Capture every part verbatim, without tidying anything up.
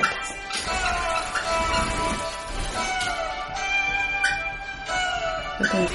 importas. Okay.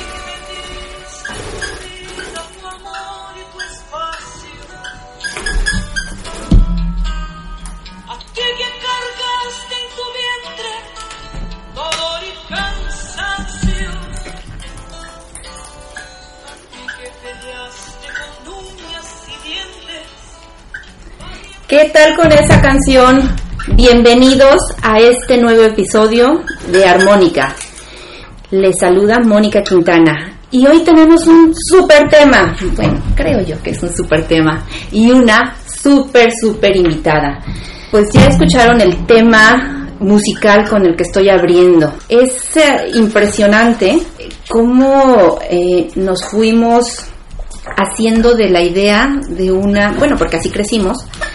¿Qué tal con esa canción? Bienvenidos a este nuevo episodio de Armónica. Les saluda Mónica Quintana y hoy tenemos un súper tema. Bueno, creo yo que es un súper tema y una súper, súper invitada. Pues ya escucharon el tema musical con el que estoy abriendo. Es eh, impresionante cómo eh, nos fuimos haciendo de la idea de una, bueno, porque así crecimos,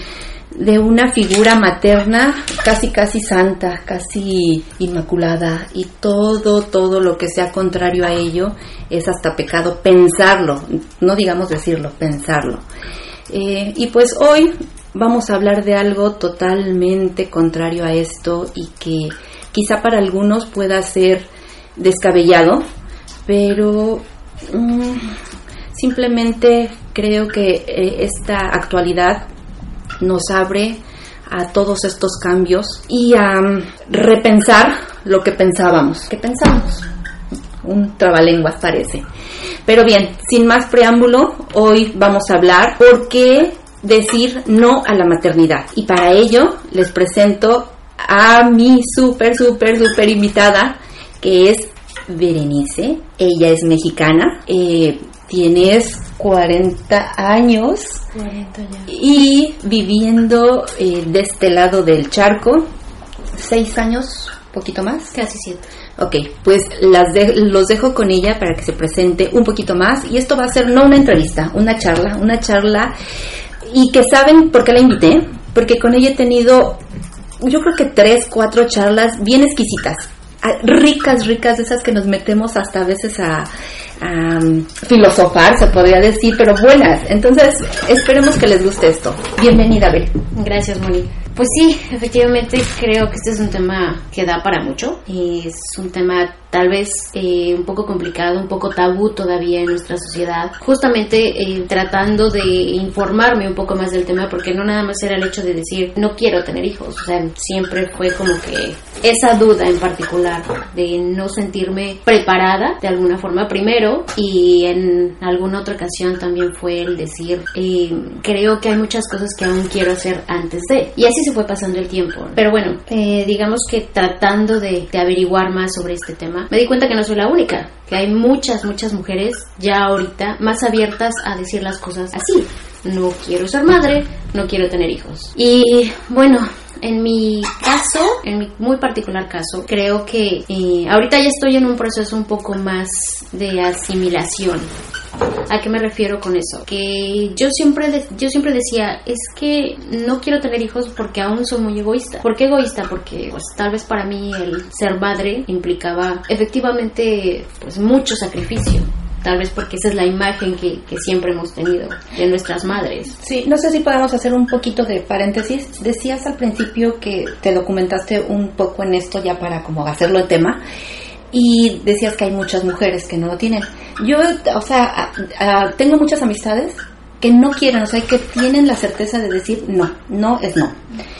de una figura materna casi casi santa, casi inmaculada, y todo, todo lo que sea contrario a ello es hasta pecado pensarlo, no digamos decirlo, pensarlo. Eh, y pues hoy vamos a hablar de algo totalmente contrario a esto y que quizá para algunos pueda ser descabellado, pero mmm, simplemente creo que eh, esta actualidad nos abre a todos estos cambios y a um, repensar lo que pensábamos. ¿Qué pensamos? Un trabalenguas parece. Pero bien, sin más preámbulo, hoy vamos a hablar por qué decir no a la maternidad. Y para ello les presento a mi súper, súper, súper invitada, que es Berenice. Ella es mexicana. Eh, tienes cuarenta años. cuarenta ya. Y viviendo eh, de este lado del charco, seis años, poquito más. Casi siete. Ok, pues las de, los dejo con ella para que se presente un poquito más. Y esto va a ser no una entrevista, una charla, una charla. Y que saben por qué la invité, porque con ella he tenido, yo creo que tres, cuatro charlas bien exquisitas. Ricas, ricas, de esas que nos metemos hasta a veces a, a um, filosofar, se podría decir, pero buenas. Entonces, esperemos que les guste esto. Bienvenida, Bel. Gracias, Moni. Pues sí, efectivamente creo que este es un tema que da para mucho. Es un tema tal vez eh, un poco complicado, un poco tabú todavía en nuestra sociedad. Justamente eh, tratando de informarme un poco más del tema, porque no nada más era el hecho de decir no quiero tener hijos. O sea, siempre fue como que esa duda en particular de no sentirme preparada de alguna forma primero, y en alguna otra ocasión también fue el decir eh, creo que hay muchas cosas que aún quiero hacer antes de, y así se fue pasando el tiempo. Pero bueno, eh, digamos que tratando de, de averiguar más sobre este tema, me di cuenta que no soy la única, que hay muchas, muchas mujeres ya ahorita más abiertas a decir las cosas así. No quiero ser madre, no quiero tener hijos. Y bueno, en mi caso, en mi muy particular caso, creo que eh, ahorita ya estoy en un proceso un poco más de asimilación. ¿A qué me refiero con eso? Que yo siempre de, yo siempre decía, es que no quiero tener hijos porque aún soy muy egoísta. ¿Por qué egoísta? Porque pues tal vez para mí el ser madre implicaba efectivamente pues mucho sacrificio. Tal vez porque esa es la imagen que, que siempre hemos tenido de nuestras madres. Sí, no sé si podemos hacer un poquito de paréntesis. Decías al principio que te documentaste un poco en esto ya para como hacerlo el tema, y decías que hay muchas mujeres que no lo tienen. Yo, o sea, a, a, tengo muchas amistades que no quieren, o sea, que tienen la certeza de decir no, no es no.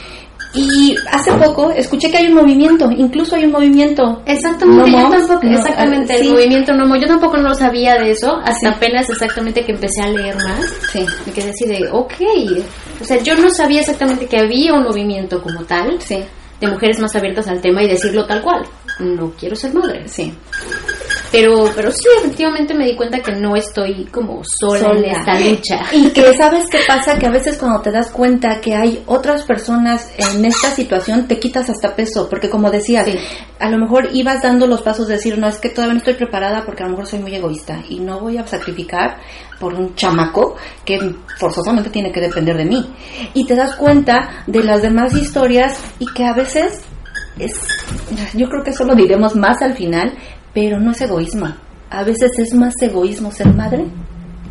Y hace poco escuché que hay un movimiento, incluso hay un movimiento. Exactamente, no yo mo, tampoco, no, exactamente, uh, el sí. movimiento no mo, yo tampoco no lo sabía de eso, hasta Sí. apenas exactamente que empecé a leer más. Sí. Me quedé así de, ok, o sea, yo no sabía exactamente que había un movimiento como tal, Sí. de mujeres más abiertas al tema y decirlo tal cual, no quiero ser madre. Sí. Pero, pero sí, efectivamente me di cuenta que no estoy como sola, Sola. en esta lucha. Y que sabes qué pasa, que a veces cuando te das cuenta que hay otras personas en esta situación, te quitas hasta peso, porque como decías, Sí. a lo mejor ibas dando los pasos de decir, no, es que todavía no estoy preparada porque a lo mejor soy muy egoísta y no voy a sacrificar por un chamaco que forzosamente tiene que depender de mí. Y te das cuenta de las demás historias y que a veces es, yo creo que eso lo diremos más al final, pero no es egoísmo. A veces es más egoísmo ser madre que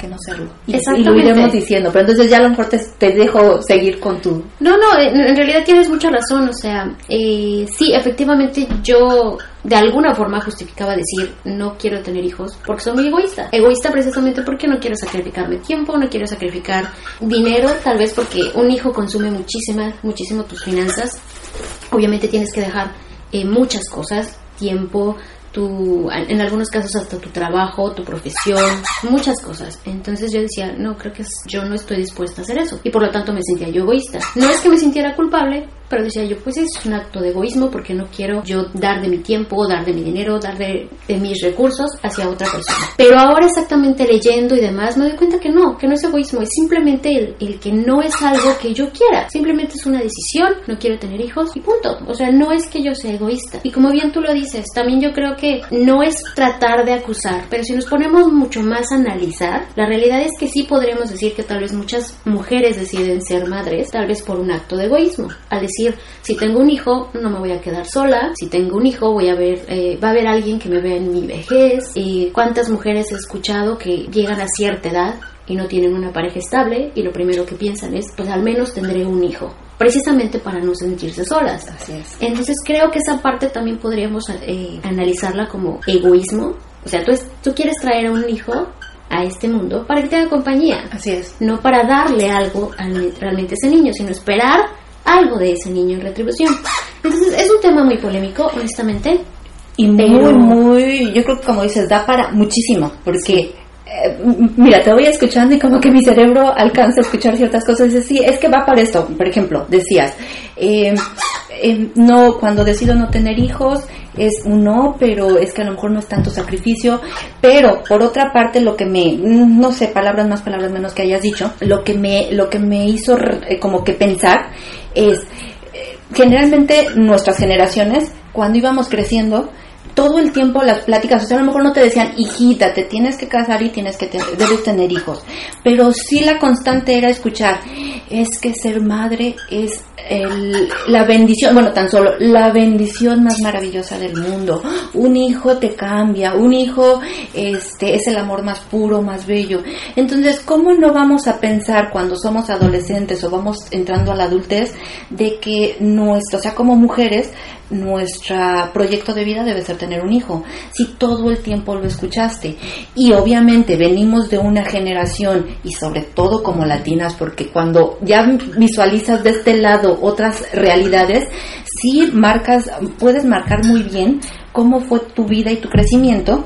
que no serlo. Y, y lo iremos diciendo, pero entonces ya a lo mejor te, te dejo seguir con tu... No, no, en, en realidad tienes mucha razón, o sea, eh, sí, efectivamente yo de alguna forma justificaba decir no quiero tener hijos porque soy muy egoísta. Egoísta precisamente porque no quiero sacrificarme tiempo, no quiero sacrificar dinero, tal vez porque un hijo consume muchísima, muchísimo tus finanzas. Obviamente tienes que dejar eh, muchas cosas, tiempo, tu, en algunos casos hasta tu trabajo, tu profesión, muchas cosas. Entonces yo decía, no, creo que es, yo no estoy dispuesta a hacer eso. Y por lo tanto me sentía yo egoísta. No es que me sintiera culpable, pero decía yo, pues es un acto de egoísmo porque no quiero yo dar de mi tiempo, dar de mi dinero, dar de, de mis recursos hacia otra persona. Pero ahora exactamente leyendo y demás me doy cuenta que no, que no es egoísmo, es simplemente el, el que no es algo que yo quiera, simplemente es una decisión, no quiero tener hijos y punto. O sea, no es que yo sea egoísta. Y como bien tú lo dices, también yo creo que no es tratar de acusar, pero si nos ponemos mucho más a analizar, la realidad es que sí podríamos decir que tal vez muchas mujeres deciden ser madres, tal vez por un acto de egoísmo, al decir, si tengo un hijo, no me voy a quedar sola. Si tengo un hijo, voy a ver, eh, va a haber alguien que me vea en mi vejez. Y cuántas mujeres he escuchado que llegan a cierta edad y no tienen una pareja estable y lo primero que piensan es, pues al menos tendré un hijo, precisamente para no sentirse solas. Así es. Entonces creo que esa parte también podríamos eh, analizarla como egoísmo. O sea, tú, es, tú quieres traer a un hijo a este mundo para que te haga compañía. Así es. No para darle algo a realmente a ese niño, sino esperar algo de ese niño en retribución. Entonces es un tema muy polémico, honestamente. Y pero... muy, muy, yo creo que como dices, da para muchísimo, porque... Sí. Eh, mira, te voy escuchando y como que mi cerebro alcanza a escuchar ciertas cosas y dice, sí, es que va para esto. Por ejemplo, decías, eh, eh, no, cuando decido no tener hijos es un no, pero es que a lo mejor no es tanto sacrificio. Pero por otra parte, lo que me, no sé, palabras más, palabras menos que hayas dicho, lo que me, lo que me hizo eh, como que pensar es, eh, generalmente nuestras generaciones, cuando íbamos creciendo, todo el tiempo las pláticas, o sea, a lo mejor no te decían, hijita, te tienes que casar y tienes que te, debes tener hijos, pero sí la constante era escuchar, es que ser madre es el, la bendición, bueno, tan solo la bendición más maravillosa del mundo. Un hijo te cambia, un hijo este es el amor más puro, más bello. Entonces, ¿cómo no vamos a pensar cuando somos adolescentes o vamos entrando a la adultez de que nuestro, o sea, como mujeres, nuestro proyecto de vida debe ser tener un hijo, si todo el tiempo lo escuchaste? Y obviamente venimos de una generación, y sobre todo como latinas, porque cuando ya visualizas de este lado otras realidades, sí marcas, puedes marcar muy bien cómo fue tu vida y tu crecimiento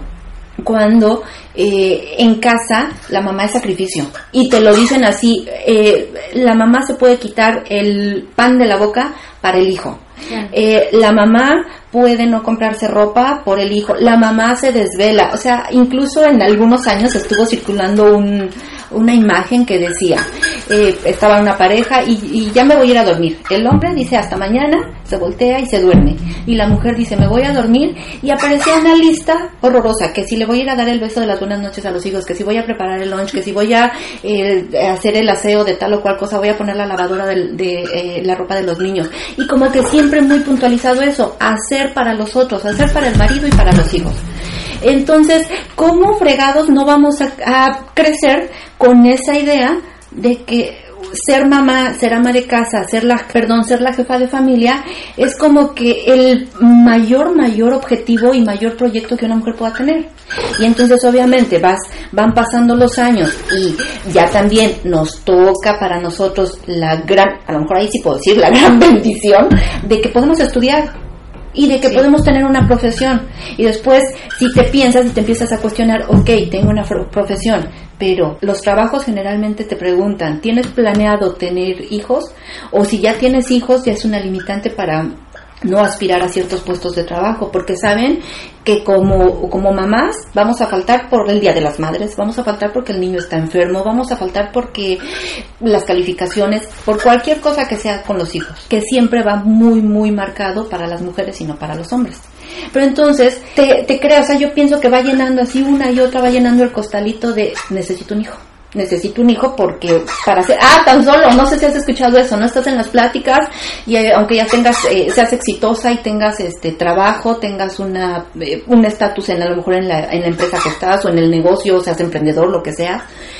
cuando eh, en casa la mamá es sacrificio, y te lo dicen así, eh, la mamá se puede quitar el pan de la boca para el hijo. Eh, la mamá puede no comprarse ropa por el hijo, la mamá se desvela, o sea, incluso en algunos años estuvo circulando un, una imagen que decía, eh, estaba una pareja y, y ya me voy a ir a dormir, el hombre dice hasta mañana, se voltea y se duerme, y la mujer dice me voy a dormir, y aparecía una lista horrorosa, que si le voy a ir a dar el beso de las buenas noches a los hijos, que si voy a preparar el lunch, que si voy a eh, hacer el aseo de tal o cual cosa, voy a poner la lavadora de, de eh, la ropa de los niños, y como que siempre muy puntualizado eso, hacer para los otros, hacer para el marido y para los hijos. Entonces, ¿cómo fregados no vamos a, a crecer con esa idea de que ser mamá, ser ama de casa, ser la, perdón, ser la jefa de familia es como que el mayor, mayor objetivo y mayor proyecto que una mujer pueda tener? Y entonces obviamente vas, van pasando los años y ya también nos toca para nosotros la gran, a lo mejor ahí sí puedo decir, la gran bendición de que podemos estudiar y de que sí. podemos tener una profesión. Y después, si te piensas y te empiezas a cuestionar, ok, tengo una profesión, pero los trabajos generalmente te preguntan, ¿tienes planeado tener hijos? O si ya tienes hijos, ya es una limitante para no aspirar a ciertos puestos de trabajo, porque saben que como, como mamás vamos a faltar por el Día de las Madres, vamos a faltar porque el niño está enfermo, vamos a faltar porque las calificaciones, por cualquier cosa que sea con los hijos, que siempre va muy, muy marcado para las mujeres y no para los hombres. Pero entonces, te, te creas, o sea, yo pienso que va llenando así una y otra, va llenando el costalito de necesito un hijo. Necesito un hijo porque para hacer, ah, tan solo, no sé si has escuchado eso, no estás en las pláticas y eh, aunque ya tengas, eh, seas exitosa y tengas este trabajo, tengas una eh, un estatus en a lo mejor en la, en la empresa que estás o en el negocio, seas emprendedor, lo que sea,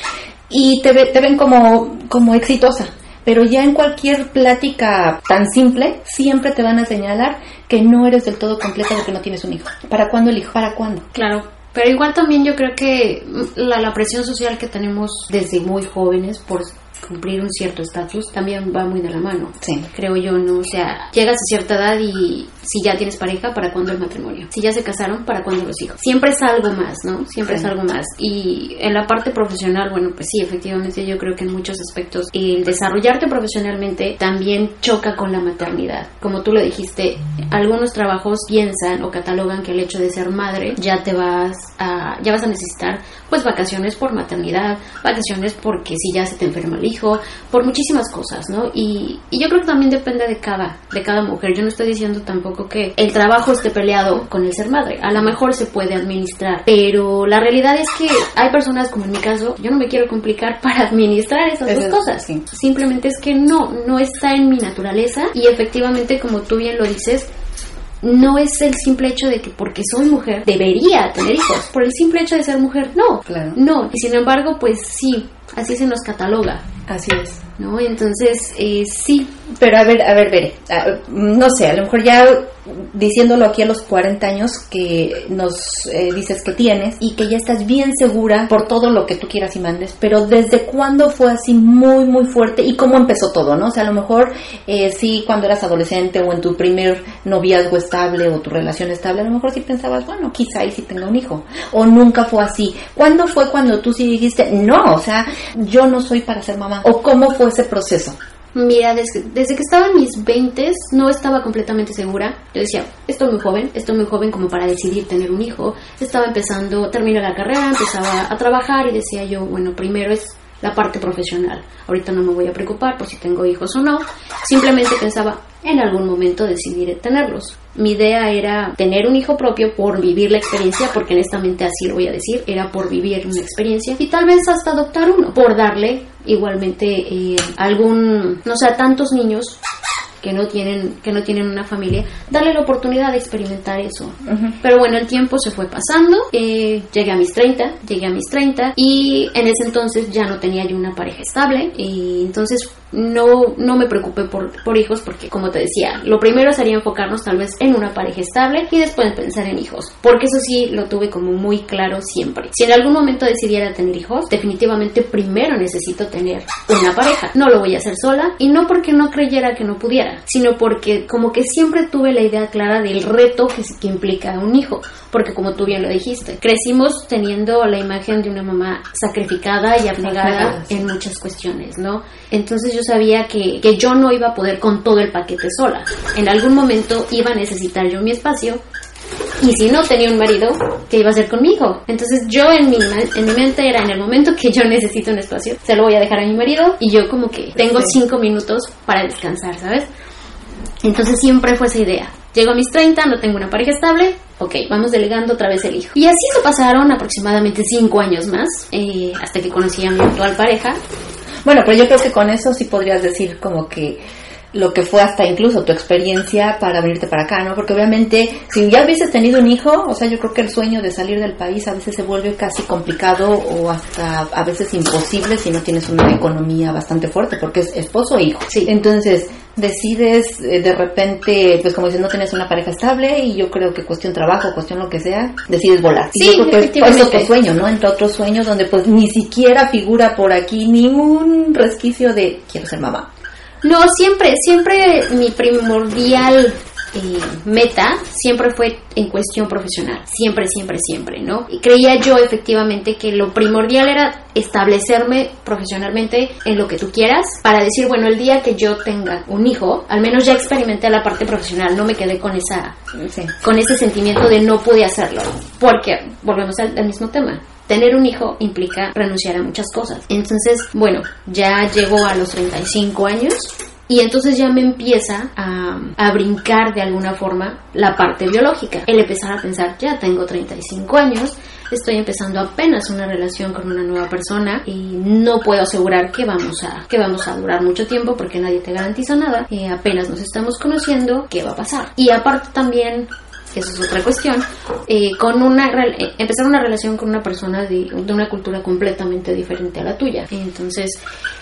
y te, ve, te ven como, como exitosa. Pero ya en cualquier plática tan simple, siempre te van a señalar que no eres del todo completa porque no tienes un hijo. ¿Para cuándo el hijo? ¿Para cuándo? Claro, pero igual también yo creo que la, la presión social que tenemos desde muy jóvenes por cumplir un cierto estatus también va muy de la mano. Sí. Creo yo, ¿no? O sea, llegas a cierta edad y si ya tienes pareja, ¿para cuándo el matrimonio? Si ya se casaron, ¿para cuándo los hijos? Siempre es algo más, ¿no? Siempre sí. es algo más. Y en la parte profesional, bueno, pues sí, efectivamente yo creo que en muchos aspectos el desarrollarte profesionalmente también choca con la maternidad. Como tú lo dijiste, algunos trabajos piensan o catalogan que el hecho de ser madre ya te vas a, ya vas a necesitar pues vacaciones por maternidad, vacaciones porque si ya se te enferma el hijo, por muchísimas cosas, ¿no? Y, y yo creo que también depende de cada, de cada mujer. Yo no estoy diciendo tampoco que el trabajo esté peleado con el ser madre. A lo mejor se puede administrar, pero la realidad es que hay personas, como en mi caso, yo no me quiero complicar para administrar esas dos cosas. Sí. Simplemente es que no, no está en mi naturaleza y efectivamente, como tú bien lo dices, no es el simple hecho de que porque soy mujer debería tener hijos, por el simple hecho de ser mujer, no, claro. no, y sin embargo, pues sí, así se nos cataloga. Así es. ¿No? Entonces, eh, sí. Pero a ver, a ver, Bere, no sé, a lo mejor ya diciéndolo aquí a los cuarenta años que nos eh, dices que tienes y que ya estás bien segura por todo lo que tú quieras y mandes, pero ¿desde cuándo fue así muy, muy fuerte y cómo empezó todo, no? O sea, a lo mejor eh, sí cuando eras adolescente o en tu primer noviazgo estable o tu relación estable, a lo mejor sí pensabas, bueno, quizá ahí sí tenga un hijo, o nunca fue así. ¿Cuándo fue cuando tú sí dijiste, no, o sea, yo no soy para ser mamá? ¿O cómo fue ese proceso? Mira, desde, desde que estaba en mis veintes no estaba completamente segura. Yo decía, estoy muy joven, estoy muy joven como para decidir tener un hijo. Estaba empezando, terminé la carrera, empezaba a trabajar y decía yo, bueno, primero es la parte profesional. Ahorita no me voy a preocupar por si tengo hijos o no. Simplemente pensaba en algún momento decidir tenerlos. Mi idea era tener un hijo propio por vivir la experiencia, porque honestamente así lo voy a decir, era por vivir una experiencia y tal vez hasta adoptar uno, por darle igualmente eh, algún, no sé, a tantos niños que no tienen que no tienen una familia, darle la oportunidad de experimentar eso. Uh-huh. Pero bueno, el tiempo se fue pasando, eh, llegué a mis treinta, llegué a mis treinta y en ese entonces ya no tenía yo una pareja estable y entonces no no me preocupé por, por hijos porque, como te decía, lo primero sería enfocarnos tal vez en una pareja estable y después pensar en hijos, porque eso sí lo tuve como muy claro siempre. Si en algún momento decidiera tener hijos, definitivamente primero necesito tener una pareja. No lo voy a hacer sola y no porque no creyera que no pudiera, sino porque como que siempre tuve la idea clara del reto que, que implica un hijo, porque como tú bien lo dijiste, crecimos teniendo la imagen de una mamá sacrificada y abnegada en muchas cuestiones, ¿no? Entonces yo sabía que, que yo no iba a poder con todo el paquete sola. En algún momento iba a necesitar yo mi espacio. Y si no tenía un marido, ¿qué iba a hacer conmigo? Entonces yo en mi, en mi mente era, en el momento que yo necesito un espacio, se lo voy a dejar a mi marido y yo como que tengo cinco minutos para descansar, ¿sabes? Entonces siempre fue esa idea. Llego a mis treinta, no tengo una pareja estable, ok, vamos delegando otra vez el hijo. Y así se pasaron aproximadamente cinco años más, eh, hasta que conocí a mi actual pareja. Bueno, pero yo creo que con eso sí podrías decir como que lo que fue hasta incluso tu experiencia para venirte para acá, ¿no? Porque obviamente, si ya hubieses tenido un hijo, o sea, yo creo que el sueño de salir del país a veces se vuelve casi complicado o hasta a veces imposible si no tienes una economía bastante fuerte, porque es esposo e hijo. Sí. Entonces, decides eh, de repente, pues como dices, no tienes una pareja estable y yo creo que cuestión trabajo, cuestión lo que sea, decides volar. Sí, y yo creo que es otro sueño, ¿no? Entre otros sueños donde pues ni siquiera figura por aquí ningún resquicio de quiero ser mamá. No, siempre, siempre mi primordial eh, meta siempre fue en cuestión profesional, siempre, siempre, siempre, ¿no? Y creía yo efectivamente que lo primordial era establecerme profesionalmente en lo que tú quieras para decir, bueno, el día que yo tenga un hijo, al menos ya experimenté la parte profesional, no me quedé con esa, sí. con ese sentimiento de no pude hacerlo, porque volvemos al, al mismo tema. Tener un hijo implica renunciar a muchas cosas. Entonces, bueno, ya llego a los treinta y cinco años y entonces ya me empieza a, a brincar de alguna forma la parte biológica. El empezar a pensar, ya tengo treinta y cinco años, estoy empezando apenas una relación con una nueva persona y no puedo asegurar que vamos a, que vamos a durar mucho tiempo porque nadie te garantiza nada. Eh, apenas nos estamos conociendo, ¿qué va a pasar? Y aparte también eso es otra cuestión, eh, con una eh, empezar una relación con una persona de, de una cultura completamente diferente a la tuya. Entonces,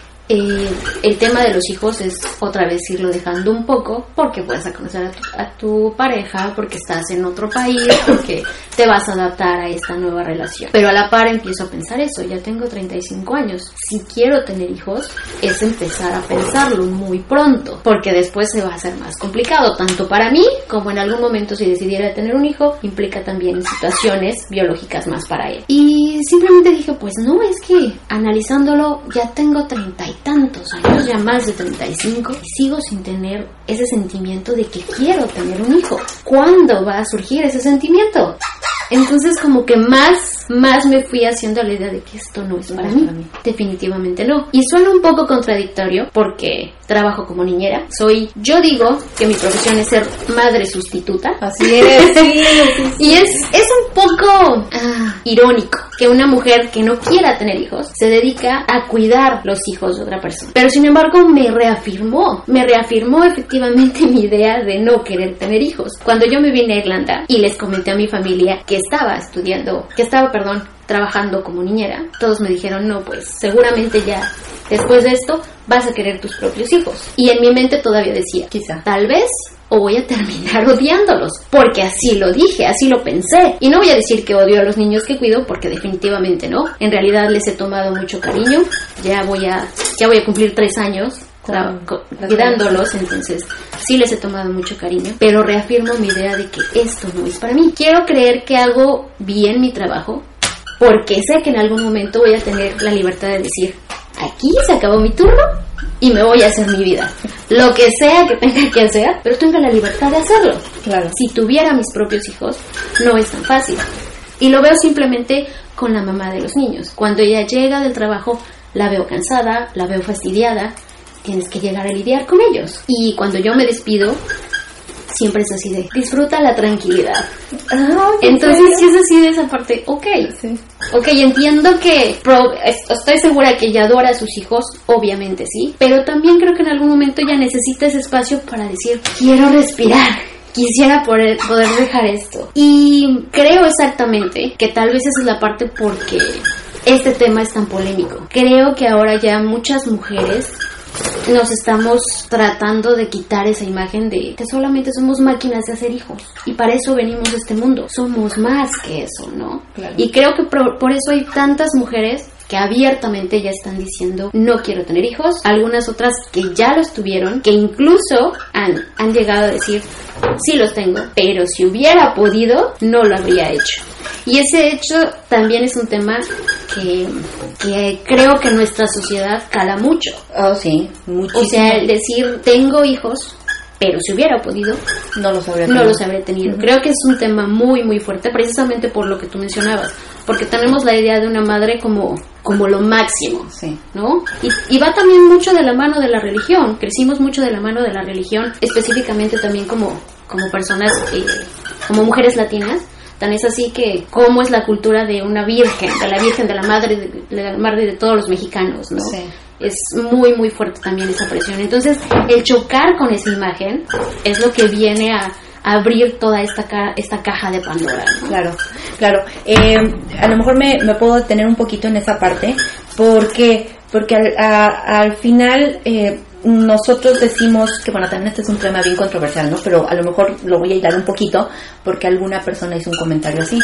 Eh, el tema de los hijos es otra vez irlo dejando un poco, porque puedes a conocer a tu, a tu pareja, porque estás en otro país, porque te vas a adaptar a esta nueva relación. Pero a la par empiezo a pensar eso, ya tengo treinta y cinco años, si quiero tener hijos es empezar a pensarlo muy pronto, porque después se va a hacer más complicado, tanto para mí como en algún momento si decidiera tener un hijo, implica también situaciones biológicas más para él. Y simplemente dije, pues no, es que analizándolo ya tengo treinta y tantos años, ya más de treinta y cinco, y sigo sin tener ese sentimiento de que quiero tener un hijo. ¿Cuándo va a surgir ese sentimiento? Entonces como que más, más me fui haciendo la idea de que esto no es para, no mí. para mí. Definitivamente no. Y suena un poco contradictorio porque trabajo como niñera. Soy, yo digo que mi profesión es ser madre sustituta. Así es. Sí, sí, sí. Y es, es un poco ah, irónico que una mujer que no quiera tener hijos se dedica a cuidar los hijos de otra persona. Pero sin embargo me reafirmó, me reafirmó efectivamente mi idea de no querer tener hijos. Cuando yo me vine a Irlanda y les comenté a mi familia que estaba estudiando, que estaba, perdón, trabajando como niñera, todos me dijeron, no, pues seguramente ya después de esto vas a querer tus propios hijos. Y en mi mente todavía decía, quizá, tal vez, o voy a terminar odiándolos, porque así lo dije, así lo pensé. Y no voy a decir que odio a los niños que cuido, porque definitivamente no. En realidad les he tomado mucho cariño. Ya voy a, ya voy a cumplir tres años tra- cuidándolos, entonces sí les he tomado mucho cariño. Pero reafirmo mi idea de que esto no es para mí. Quiero creer que hago bien mi trabajo, porque sé que en algún momento voy a tener la libertad de decir, aquí se acabó mi turno y me voy a hacer mi vida. Lo que sea que tenga que hacer, pero tenga la libertad de hacerlo. Claro. Si tuviera mis propios hijos, no es tan fácil. Y lo veo simplemente con la mamá de los niños. Cuando ella llega del trabajo, la veo cansada, la veo fastidiada, tienes que llegar a lidiar con ellos. Y cuando yo me despido, siempre es así de, disfruta la tranquilidad. Ah, entonces, si es así de esa parte, ok. Sí. Ok, entiendo que pro, estoy segura que ella adora a sus hijos, obviamente sí, pero también creo que en algún momento ella necesita ese espacio para decir, quiero respirar, quisiera poder, poder dejar esto. Y creo exactamente que tal vez esa es la parte porque este tema es tan polémico. Creo que ahora ya muchas mujeres nos estamos tratando de quitar esa imagen de que solamente somos máquinas de hacer hijos y para eso venimos a este mundo. Somos más que eso, ¿no? Claro. Y creo que por, por eso hay tantas mujeres que abiertamente ya están diciendo no quiero tener hijos, algunas otras que ya los tuvieron, que incluso han, han llegado a decir sí los tengo, pero si hubiera podido no lo habría hecho. Y ese hecho también es un tema que, que creo que nuestra sociedad cala mucho. Oh, sí, muchísimo. O sea, el decir tengo hijos, pero si hubiera podido, no los habría no tenido. los habría tenido. Uh-huh. Creo que es un tema muy, muy fuerte, precisamente por lo que tú mencionabas, porque tenemos la idea de una madre como, como lo máximo, sí, ¿no? Y, y va también mucho de la mano de la religión, crecimos mucho de la mano de la religión, específicamente también como, como personas, eh, como mujeres latinas. Tan es así que cómo es la cultura de una virgen, de la virgen, de la madre de, de la madre de todos los mexicanos, ¿no? Sí. Es muy, muy fuerte también esa presión. Entonces, el chocar con esa imagen es lo que viene a, a abrir toda esta, ca- esta caja de Pandora, ¿no? Claro, claro. Eh, a lo mejor me, me puedo detener un poquito en esa parte, porque, porque al, a, al final... Eh, nosotros decimos que, bueno, también este es un tema bien controversial, ¿no? Pero a lo mejor lo voy a hilar un poquito porque alguna persona hizo un comentario así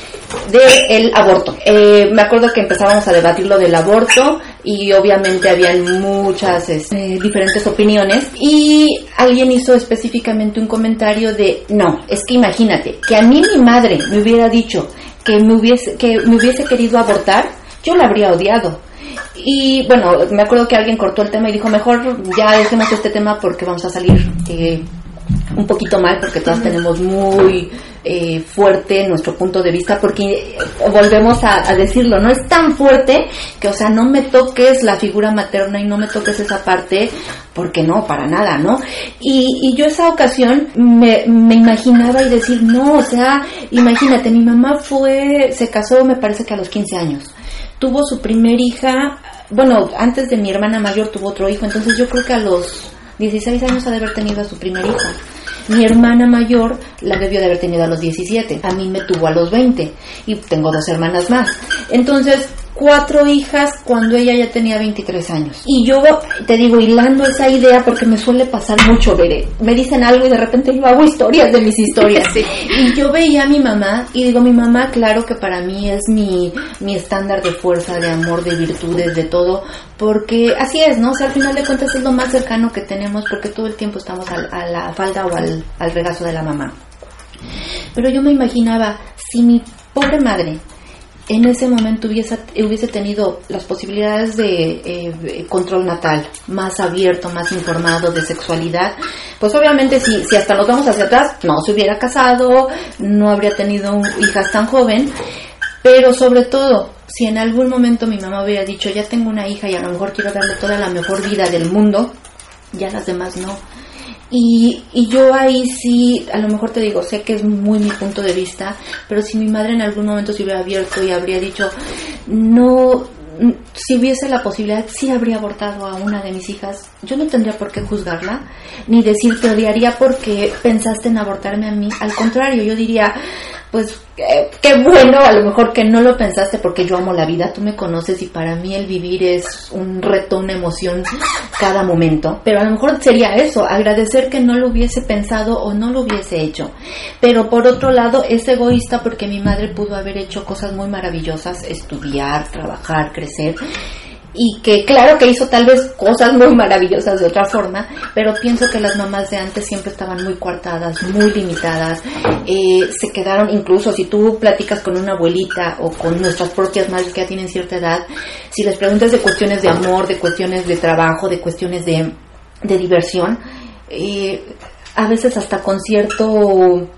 de el aborto. Eh, me acuerdo que empezábamos a debatir lo del aborto y obviamente habían muchas este, diferentes opiniones y alguien hizo específicamente un comentario de, no, es que imagínate, que a mí mi madre me hubiera dicho que me hubiese, que me hubiese querido abortar, yo la habría odiado. Y bueno, me acuerdo que alguien cortó el tema y dijo, mejor ya dejemos este tema porque vamos a salir eh, un poquito mal, porque todas tenemos muy eh, fuerte nuestro punto de vista, porque volvemos a, a decirlo, no es tan fuerte que, o sea, no me toques la figura materna y no me toques esa parte, porque no, para nada, ¿no? Y, y yo esa ocasión me, me imaginaba y decir, no, o sea, imagínate, mi mamá fue, se casó me parece que a los quince años. Tuvo su primer hija, bueno, antes de mi hermana mayor tuvo otro hijo, entonces yo creo que a los dieciséis años ha de haber tenido a su primer hija. Mi hermana mayor la debió de haber tenido a los diecisiete, a mí me tuvo a los veinte y tengo dos hermanas más. Entonces, cuatro hijas cuando ella ya tenía veintitrés años. Y yo te digo, hilando esa idea, porque me suele pasar mucho, Bere. Me dicen algo y de repente yo hago historias de mis historias. Sí. Y yo veía a mi mamá y digo, mi mamá, claro que para mí es mi, mi estándar de fuerza, de amor, de virtudes, de todo, porque así es, ¿no? O sea, al final de cuentas es lo más cercano que tenemos, porque todo el tiempo estamos a, a la falda o al, al regazo de la mamá. Pero yo me imaginaba, si mi pobre madre en ese momento hubiese, hubiese tenido las posibilidades de eh, control natal más abierto, más informado de sexualidad, pues obviamente si, si hasta nos vamos hacia atrás, no se hubiera casado, no habría tenido hijas tan joven, pero sobre todo, si en algún momento mi mamá hubiera dicho, ya tengo una hija y a lo mejor quiero darle toda la mejor vida del mundo, ya las demás no. Y, y yo ahí sí, a lo mejor te digo, sé que es muy mi punto de vista, pero si mi madre en algún momento se hubiera abierto y habría dicho, no, si hubiese la posibilidad, sí habría abortado a una de mis hijas, yo no tendría por qué juzgarla, ni decir te odiaría porque pensaste en abortarme a mí. Al contrario, yo diría, pues eh, qué bueno, a lo mejor que no lo pensaste, porque yo amo la vida, tú me conoces y para mí el vivir es un reto, una emoción cada momento, pero a lo mejor sería eso, agradecer que no lo hubiese pensado o no lo hubiese hecho. Pero por otro lado es egoísta porque mi madre pudo haber hecho cosas muy maravillosas, estudiar, trabajar, crecer, y que claro que hizo tal vez cosas muy maravillosas de otra forma, pero pienso que las mamás de antes siempre estaban muy coartadas, muy limitadas, eh, se quedaron, incluso si tú platicas con una abuelita o con nuestras propias madres que ya tienen cierta edad, si les preguntas de cuestiones de amor, de cuestiones de trabajo, de cuestiones de, de diversión, eh, a veces hasta con cierto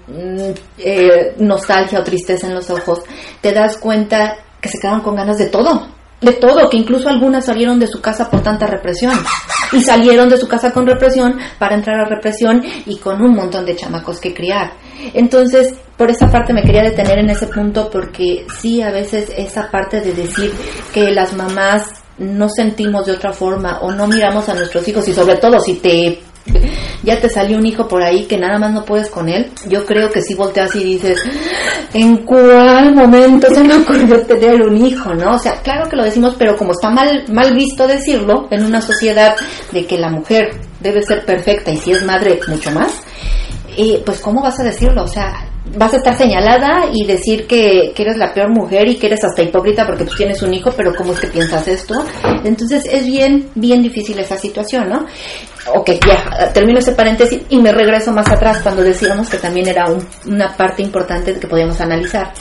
eh, nostalgia o tristeza en los ojos, te das cuenta que se quedaron con ganas de todo. De todo, que incluso algunas salieron de su casa por tanta represión y salieron de su casa con represión para entrar a represión y con un montón de chamacos que criar. Entonces, por esa parte me quería detener en ese punto, porque sí, a veces esa parte de decir que las mamás no sentimos de otra forma o no miramos a nuestros hijos, y sobre todo si te ya te salió un hijo por ahí que nada más no puedes con él, yo creo que sí volteas y dices, ¿en cuál momento se me ocurrió tener un hijo? ¿No? O sea, claro que lo decimos, pero como está mal, mal visto decirlo en una sociedad de que la mujer debe ser perfecta y si es madre mucho más, eh, pues ¿cómo vas a decirlo? O sea, vas a estar señalada y decir que, que eres la peor mujer y que eres hasta hipócrita porque tú tienes un hijo, pero ¿cómo es que piensas esto? Entonces es bien, bien difícil esa situación, ¿no? Ok, ya, termino ese paréntesis y me regreso más atrás cuando decíamos que también era un, una parte importante que podíamos analizar.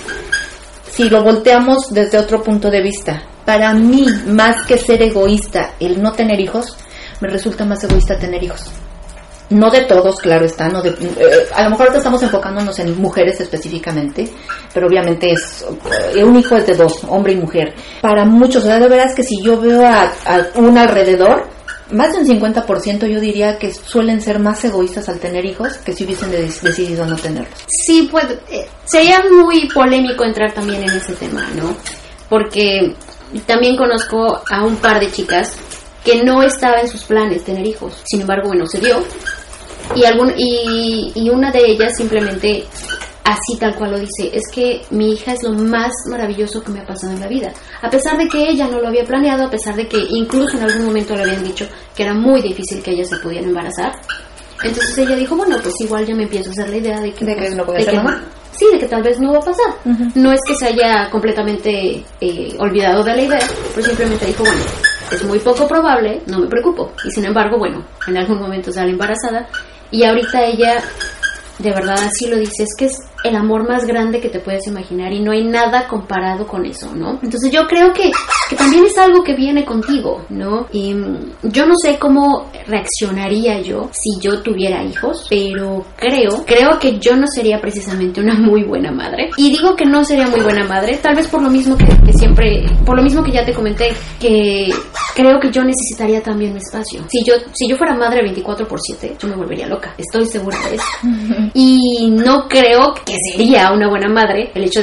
Si lo volteamos desde otro punto de vista, para mí, más que ser egoísta el no tener hijos, me resulta más egoísta tener hijos. No de todos, claro está, no de, eh, a lo mejor ahorita estamos enfocándonos en mujeres específicamente, pero obviamente es eh, un hijo es de dos, hombre y mujer. Para muchos, o sea, de veras que si yo veo a, a un alrededor, más de un cincuenta por ciento yo diría que suelen ser más egoístas al tener hijos que si hubiesen de, decidido no tenerlos. Sí, pues eh, sería muy polémico entrar también en ese tema, ¿no? Porque también conozco a un par de chicas que no estaba en sus planes tener hijos, sin embargo, bueno, se dio. Y, algún, y, y una de ellas simplemente, así tal cual lo dice, es que mi hija es lo más maravilloso que me ha pasado en la vida. A pesar de que ella no lo había planeado, a pesar de que incluso en algún momento le habían dicho que era muy difícil que ella se pudiera embarazar. Entonces ella dijo, bueno, pues igual ya me empiezo a hacer la idea de que, ¿De que pues, no puede ser mamá? Sí, de que tal vez no va a pasar. Uh-huh. No es que se haya completamente eh, olvidado de la idea, pero simplemente dijo, bueno, es muy poco probable, no me preocupo. Y sin embargo, bueno, en algún momento sale embarazada. Y ahorita ella, de verdad así lo dice, es que es el amor más grande que te puedes imaginar y no hay nada comparado con eso, ¿no? Entonces yo creo que, que también es algo que viene contigo, ¿no? Y yo no sé cómo reaccionaría yo si yo tuviera hijos, pero creo, creo que yo no sería precisamente una muy buena madre. Y digo que no sería muy buena madre, tal vez por lo mismo que, que siempre, por lo mismo que ya te comenté, que creo que yo necesitaría también mi espacio. Si yo, si yo fuera madre veinticuatro por siete, yo me volvería loca, estoy segura de eso. Y no creo que sería una buena madre el hecho de que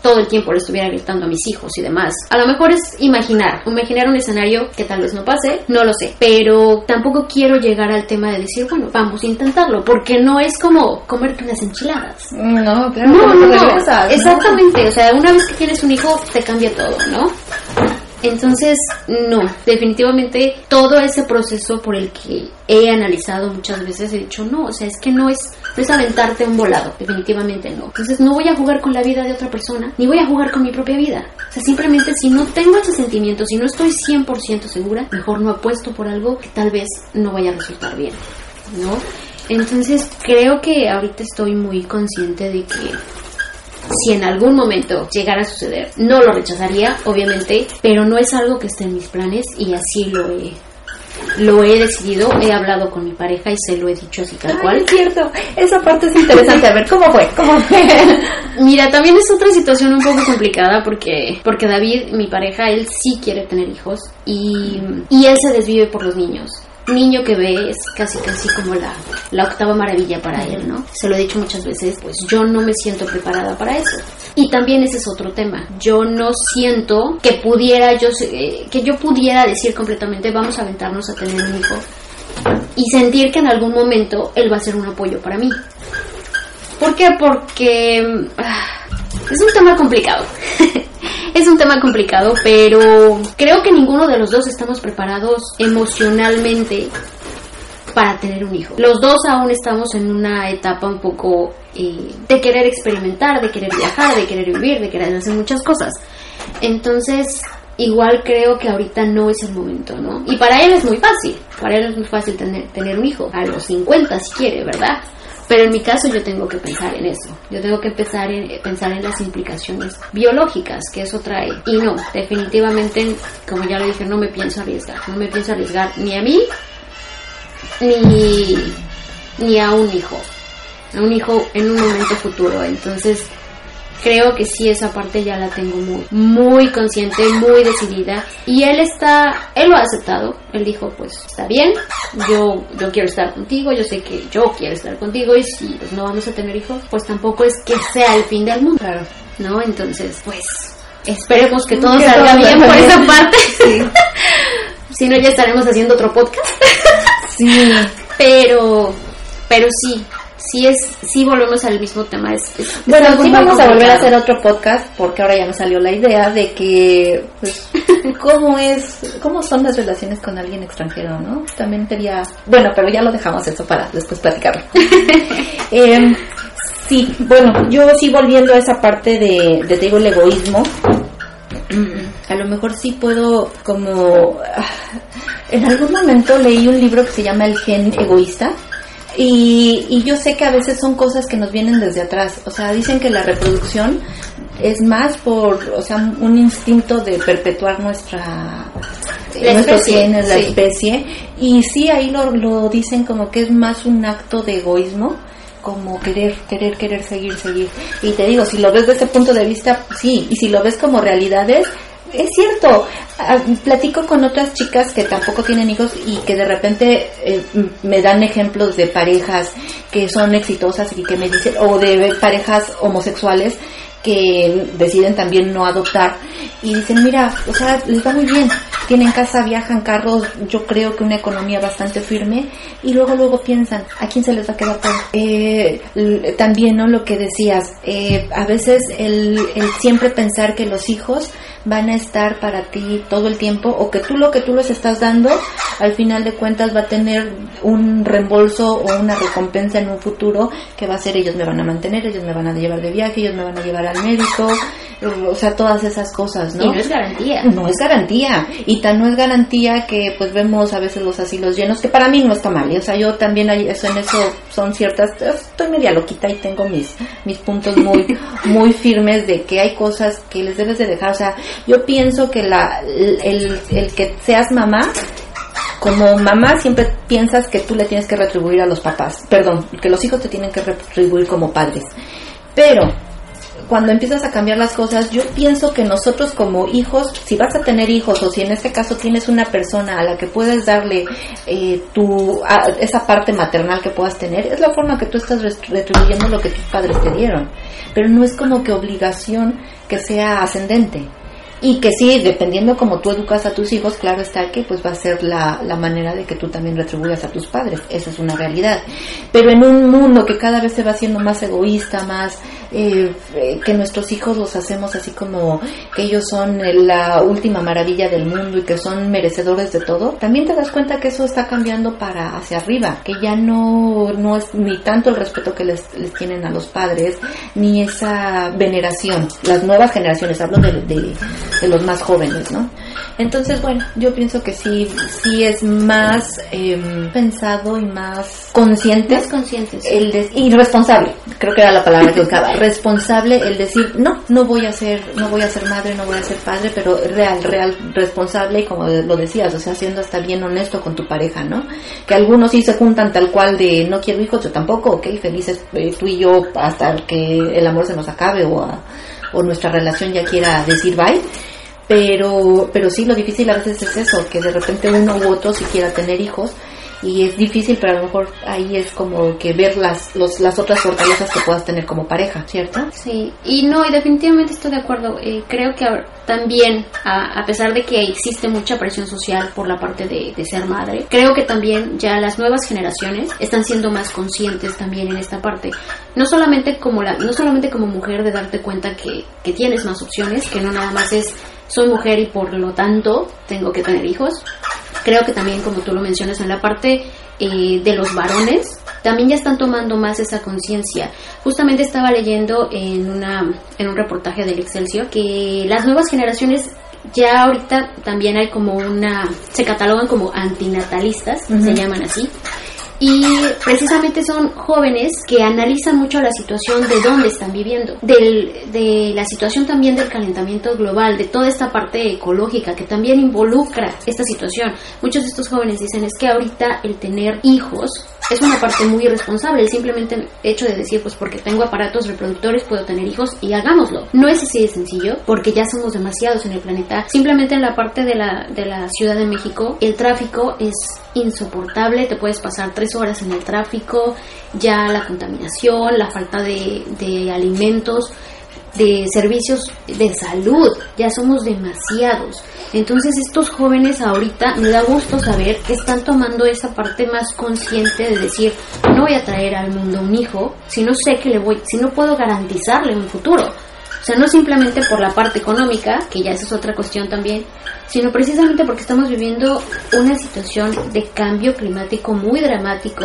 todo el tiempo le estuviera gritando a mis hijos y demás. A lo mejor es imaginar, imaginar un escenario que tal vez no pase, no lo sé, pero tampoco quiero llegar al tema de decir, bueno, vamos a intentarlo, porque no es como comerte unas enchiladas. No, claro, no, no, no, regresas, exactamente, ¿no? O sea, una vez que tienes un hijo te cambia todo, ¿no? Entonces, no, definitivamente todo ese proceso por el que he analizado muchas veces he dicho, no, o sea, es que no es, no es aventarte un volado, definitivamente no. Entonces no voy a jugar con la vida de otra persona, ni voy a jugar con mi propia vida. O sea, simplemente si no tengo ese sentimiento, si no estoy cien por ciento segura, mejor no apuesto por algo que tal vez no vaya a resultar bien, ¿no? Entonces creo que ahorita estoy muy consciente de que si en algún momento llegara a suceder, no lo rechazaría, obviamente, pero no es algo que esté en mis planes y así lo he, lo he decidido. He hablado con mi pareja y se lo he dicho así tal Ay, cual. Es cierto, esa parte es interesante. A ver, ¿cómo fue? ¿Cómo fue? Mira, también es otra situación un poco complicada porque, porque David, mi pareja, él sí quiere tener hijos y, y él se desvive por los niños. Niño que ve es casi casi como la, la octava maravilla para él, ¿no? Se lo he dicho muchas veces, pues yo no me siento preparada para eso. Y también ese es otro tema. Yo no siento que pudiera yo eh, que yo pudiera decir completamente vamos a aventarnos a tener un hijo y sentir que en algún momento él va a ser un apoyo para mí. ¿Por qué? Porque ah, es un tema complicado. Es un tema complicado, pero creo que ninguno de los dos estamos preparados emocionalmente para tener un hijo. Los dos aún estamos en una etapa un poco eh, de querer experimentar, de querer viajar, de querer vivir, de querer hacer muchas cosas. Entonces, igual creo que ahorita no es el momento, ¿no? Y para él es muy fácil, para él es muy fácil tener, tener un hijo, a los cincuenta si quiere, ¿verdad? Pero en mi caso yo tengo que pensar en eso. Yo tengo que empezar en, pensar en las implicaciones biológicas que eso trae. Y no, definitivamente, como ya lo dije, no me pienso arriesgar. No me pienso arriesgar ni a mí, ni, ni a un hijo. A un hijo en un momento futuro. Entonces, creo que sí, esa parte ya la tengo muy, muy consciente, muy decidida. Y él está, él lo ha aceptado. Él dijo, pues, está bien, yo, yo quiero estar contigo, yo sé que yo quiero estar contigo. Y si pues, no vamos a tener hijos, pues tampoco es que sea el fin del mundo, claro, ¿no? Entonces, pues, esperemos que todo que salga todo bien por bien. Esa parte. Sí. Si no, ya estaremos haciendo otro podcast. Sí. Pero, pero sí. Sí, es, sí volvemos al mismo tema. Es, es, es bueno, sí vamos a volver a hacer otro podcast porque ahora ya me salió la idea de que, pues, cómo es, cómo son las relaciones con alguien extranjero, ¿no? También sería, bueno, pero ya lo dejamos eso para después platicarlo. eh, sí, bueno, yo sí volviendo a esa parte de, de te digo, el egoísmo. A lo mejor sí puedo como, en algún momento leí un libro que se llama El gen egoísta. Y, y yo sé que a veces son cosas que nos vienen desde atrás. O sea, dicen que la reproducción es más por, o sea, un instinto de perpetuar nuestra la nuestros especie, genes, la sí. especie. Y sí, ahí lo, lo dicen como que es más un acto de egoísmo, como querer, querer, querer seguir, seguir. Y te digo, si lo ves desde ese punto de vista, sí. Y si lo ves como realidades, es cierto. Platico con otras chicas que tampoco tienen hijos y que de repente eh, me dan ejemplos de parejas que son exitosas y que me dicen, o de parejas homosexuales que deciden también no adoptar y dicen, mira, o sea, les va muy bien, tienen casa, viajan, carros, yo creo que una economía bastante firme, y luego luego piensan, ¿a quién se les va a quedar todo? Eh, también, ¿no? Lo que decías, eh, a veces el, el siempre pensar que los hijos van a estar para ti todo el tiempo, o que tú lo que tú les estás dando al final de cuentas va a tener un reembolso o una recompensa en un futuro que va a ser, ellos me van a mantener, ellos me van a llevar de viaje, ellos me van a llevar al médico, o sea, todas esas cosas, ¿no? Y no es garantía. No es garantía, y tan no es garantía que pues vemos a veces los asilos llenos, que para mí no está mal, ¿eh? O sea, yo también hay, eso, en eso son ciertas, estoy media loquita y tengo mis mis puntos muy muy firmes de que hay cosas que les debes de dejar. O sea, yo pienso que la el, el que seas mamá, como mamá siempre piensas que tú le tienes que retribuir a los papás, perdón, que los hijos te tienen que retribuir como padres, pero cuando empiezas a cambiar las cosas, yo pienso que nosotros como hijos, si vas a tener hijos o si en este caso tienes una persona a la que puedes darle eh, tu a, esa parte maternal que puedas tener, es la forma que tú estás retribuyendo lo que tus padres te dieron, pero no es como que obligación que sea ascendente. Y que sí, dependiendo como tú educas a tus hijos, claro está que pues va a ser la, la manera de que tú también retribuyas a tus padres, esa es una realidad. Pero en un mundo que cada vez se va haciendo más egoísta, más eh, eh, que nuestros hijos los hacemos así como que ellos son la última maravilla del mundo y que son merecedores de todo, también te das cuenta que eso está cambiando para hacia arriba, que ya no, no es ni tanto el respeto que les, les tienen a los padres, ni esa veneración. Las nuevas generaciones, hablo de... de de los más jóvenes, ¿no? Entonces, bueno, yo pienso que sí, sí es más eh, pensado y más consciente, más consciente, sí. el de, y responsable, creo que era la palabra que buscaba, responsable el decir, no, no voy a ser, no voy a ser madre, no voy a ser padre, pero real, real, responsable y como lo decías, o sea, siendo hasta bien honesto con tu pareja, ¿no? Que algunos sí se juntan tal cual de no quiero hijos, yo tampoco, ok, felices eh, tú y yo hasta que el amor se nos acabe o a, o nuestra relación ya quiera decir bye, pero pero sí, lo difícil a veces es eso, que de repente uno u otro sí quiera tener hijos y es difícil, pero a lo mejor ahí es como que ver las los, las otras fortalezas que puedas tener como pareja, ¿cierto? Sí, y no, y definitivamente estoy de acuerdo. Eh, creo que también, a, a pesar de que existe mucha presión social por la parte de, de ser madre, creo que también ya las nuevas generaciones están siendo más conscientes también en esta parte. No solamente como la, no solamente como mujer de darte cuenta que, que tienes más opciones, que no nada más es soy mujer y por lo tanto tengo que tener hijos. Creo que también, como tú lo mencionas, en la parte eh, de los varones, también ya están tomando más esa conciencia. Justamente estaba leyendo en una en un reportaje del Excelsior que las nuevas generaciones ya ahorita también hay como una, se catalogan como antinatalistas, uh-huh. se llaman así. Y precisamente son jóvenes que analizan mucho la situación de dónde están viviendo, del, de la situación también del calentamiento global, de toda esta parte ecológica que también involucra esta situación. Muchos de estos jóvenes dicen es que ahorita el tener hijos es una parte muy irresponsable, el simplemente hecho de decir pues porque tengo aparatos reproductores puedo tener hijos y hagámoslo. No es así de sencillo porque ya somos demasiados en el planeta. Simplemente en la parte de la, de la Ciudad de México el tráfico es insoportable, te puedes pasar tres horas en el tráfico, ya la contaminación, la falta de, de alimentos, de servicios de salud, ya somos demasiados. Entonces estos jóvenes ahorita me da gusto saber que están tomando esa parte más consciente de decir no voy a traer al mundo un hijo si no sé que le voy, si no puedo garantizarle un futuro. O sea, no simplemente por la parte económica, que ya esa es otra cuestión también, sino precisamente porque estamos viviendo una situación de cambio climático muy dramático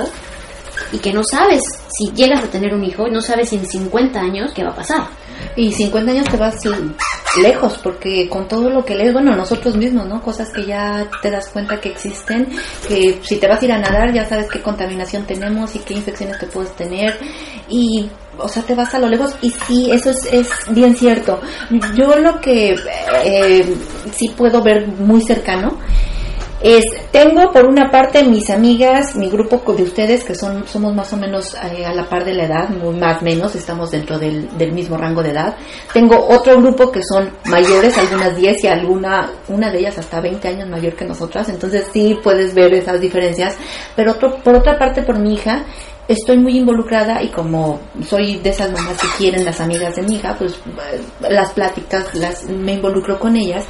y que no sabes si llegas a tener un hijo, no sabes si en cincuenta años qué va a pasar. Y cincuenta años te vas lejos, porque con todo lo que lees, bueno, nosotros mismos, ¿no? Cosas que ya te das cuenta que existen, que si te vas a ir a nadar ya sabes qué contaminación tenemos y qué infecciones te puedes tener y, o sea, te vas a lo lejos y sí, eso es, es bien cierto. Yo lo que eh, sí puedo ver muy cercano es, tengo por una parte mis amigas, mi grupo de ustedes que son somos más o menos eh, a la par de la edad, muy más o menos, estamos dentro del, del mismo rango de edad. Tengo otro grupo que son mayores, algunas diez y alguna una de ellas hasta veinte años mayor que nosotras, entonces sí puedes ver esas diferencias. Pero otro, por otra parte, por mi hija, estoy muy involucrada y como soy de esas mamás que quieren las amigas de mi hija, pues las pláticas las me involucro con ellas.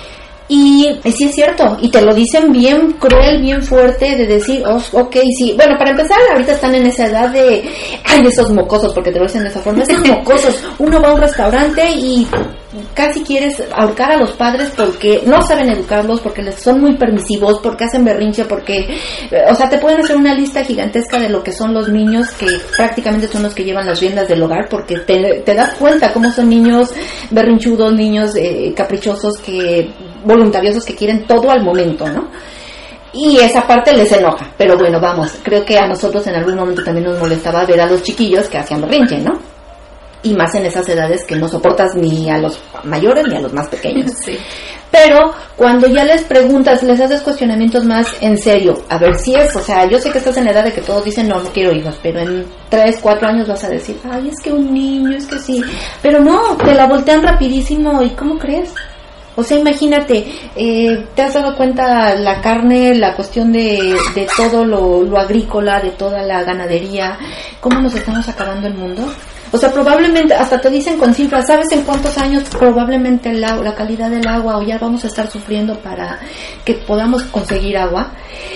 Y sí es cierto, y te lo dicen bien cruel, bien fuerte, de decir, oh, ok, sí. Bueno, para empezar, ahorita están en esa edad de, ay, esos mocosos, porque te lo dicen de esa forma, esos mocosos. Uno va a un restaurante y casi quieres ahorcar a los padres porque no saben educarlos, porque les son muy permisivos, porque hacen berrinche, porque, o sea, te pueden hacer una lista gigantesca de lo que son los niños que prácticamente son los que llevan las riendas del hogar, porque te, te das cuenta cómo son niños berrinchudos, niños eh, caprichosos, que voluntariosos, que quieren todo al momento, ¿no? Y esa parte les enoja, pero bueno, vamos, creo que a nosotros en algún momento también nos molestaba ver a los chiquillos que hacían berrinche, ¿no? Y más en esas edades que no soportas ni a los mayores ni a los más pequeños. Sí. Pero cuando ya les preguntas, les haces cuestionamientos más en serio, a ver si es, o sea, yo sé que estás en la edad de que todos dicen, no, no quiero hijos, pero en tres, cuatro años vas a decir, ay, es que un niño, es que sí, pero no, te la voltean rapidísimo, ¿y cómo crees? O sea, imagínate, eh, ¿te has dado cuenta la carne, la cuestión de, de todo lo, lo agrícola, de toda la ganadería, cómo nos estamos acabando el mundo? O sea, probablemente, hasta te dicen con cifras, ¿sabes en cuántos años probablemente la, la calidad del agua o ya vamos a estar sufriendo para que podamos conseguir agua?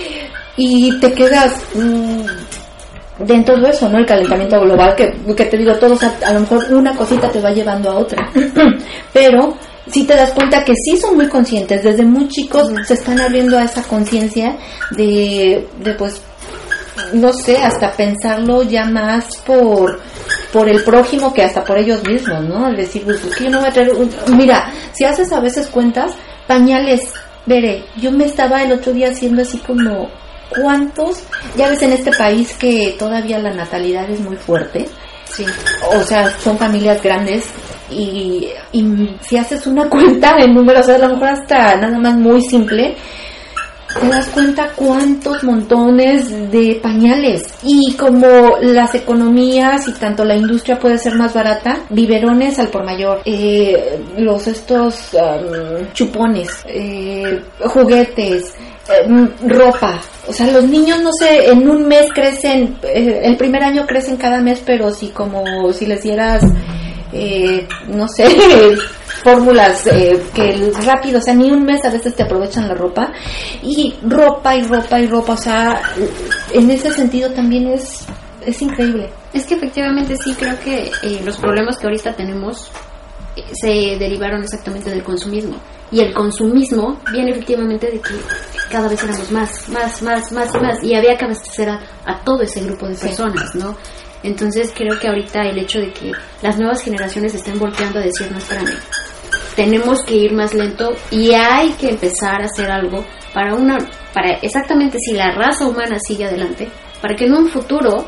Y te quedas mmm, dentro de eso, ¿no? El calentamiento global, que, que te digo, todos a, a lo mejor una cosita te va llevando a otra. Pero sí te das cuenta que sí son muy conscientes, desde muy chicos se están abriendo a esa conciencia de, de, pues, no sé, hasta pensarlo ya más por por el prójimo que hasta por ellos mismos, ¿no? Al decir, pues, es que yo no voy a traer un... Mira, si haces a veces cuentas, pañales, veré, yo me estaba el otro día haciendo así como, ¿cuántos? Ya ves en este país que todavía la natalidad es muy fuerte. Sí. O sea, son familias grandes y, y si haces una cuenta en números, o sea, a lo mejor hasta nada más muy simple, te das cuenta cuántos montones de pañales. Y como las economías y tanto la industria puede ser más barata, biberones al por mayor, eh, los estos um, chupones, eh, juguetes, eh, ropa. O sea, los niños, no sé, en un mes crecen, eh, el primer año crecen cada mes, pero si como si les dieras, eh, no sé, fórmulas eh, que rápido, o sea, ni un mes a veces te aprovechan la ropa, y ropa y ropa y ropa, o sea, en ese sentido también es, es increíble. Es que efectivamente sí, creo que eh, los problemas que ahorita tenemos eh, se derivaron exactamente del consumismo. Y el consumismo viene efectivamente de que cada vez éramos más, más, más, más, más, y había que abastecer a, a todo ese grupo de personas, sí, ¿no? Entonces creo que ahorita el hecho de que las nuevas generaciones estén volteando a decir, no, espérame, tenemos que ir más lento y hay que empezar a hacer algo para una, para exactamente si la raza humana sigue adelante, para que en un futuro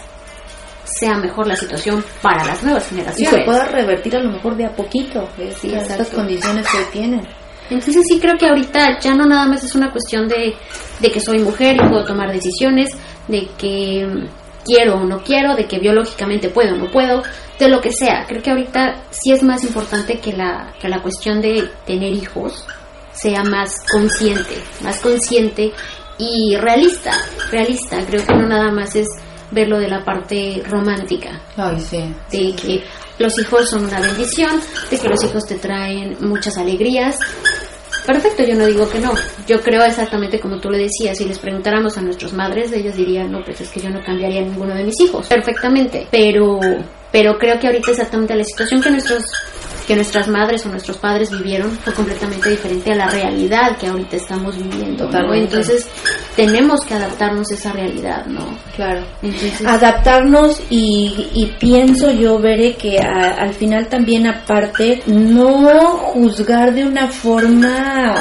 sea mejor la situación para las nuevas generaciones. Y se pueda revertir a lo mejor de a poquito, ¿ves? Sí, estas condiciones que tienen. Entonces sí creo que ahorita ya no nada más es una cuestión de, de que soy mujer y puedo tomar decisiones, de que quiero o no quiero, de que biológicamente puedo o no puedo, de lo que sea. Creo que ahorita sí es más importante que la, que la cuestión de tener hijos sea más consciente, más consciente y realista, realista. Creo que no nada más es verlo de la parte romántica. Ay, sí. De sí, que sí. los hijos son una bendición, de que los hijos te traen muchas alegrías. Perfecto, yo no digo que no. Yo creo exactamente como tú le decías, si les preguntáramos a nuestras madres, ellas dirían, no, pues es que yo no cambiaría a ninguno de mis hijos. Perfectamente, pero pero creo que ahorita exactamente la situación que nuestros que nuestras madres o nuestros padres vivieron fue completamente diferente a la realidad que ahorita estamos viviendo, ¿no? Entonces tenemos que adaptarnos a esa realidad, ¿no? Claro. Entonces, adaptarnos y, y pienso yo, veré que a, al final también aparte no juzgar de una forma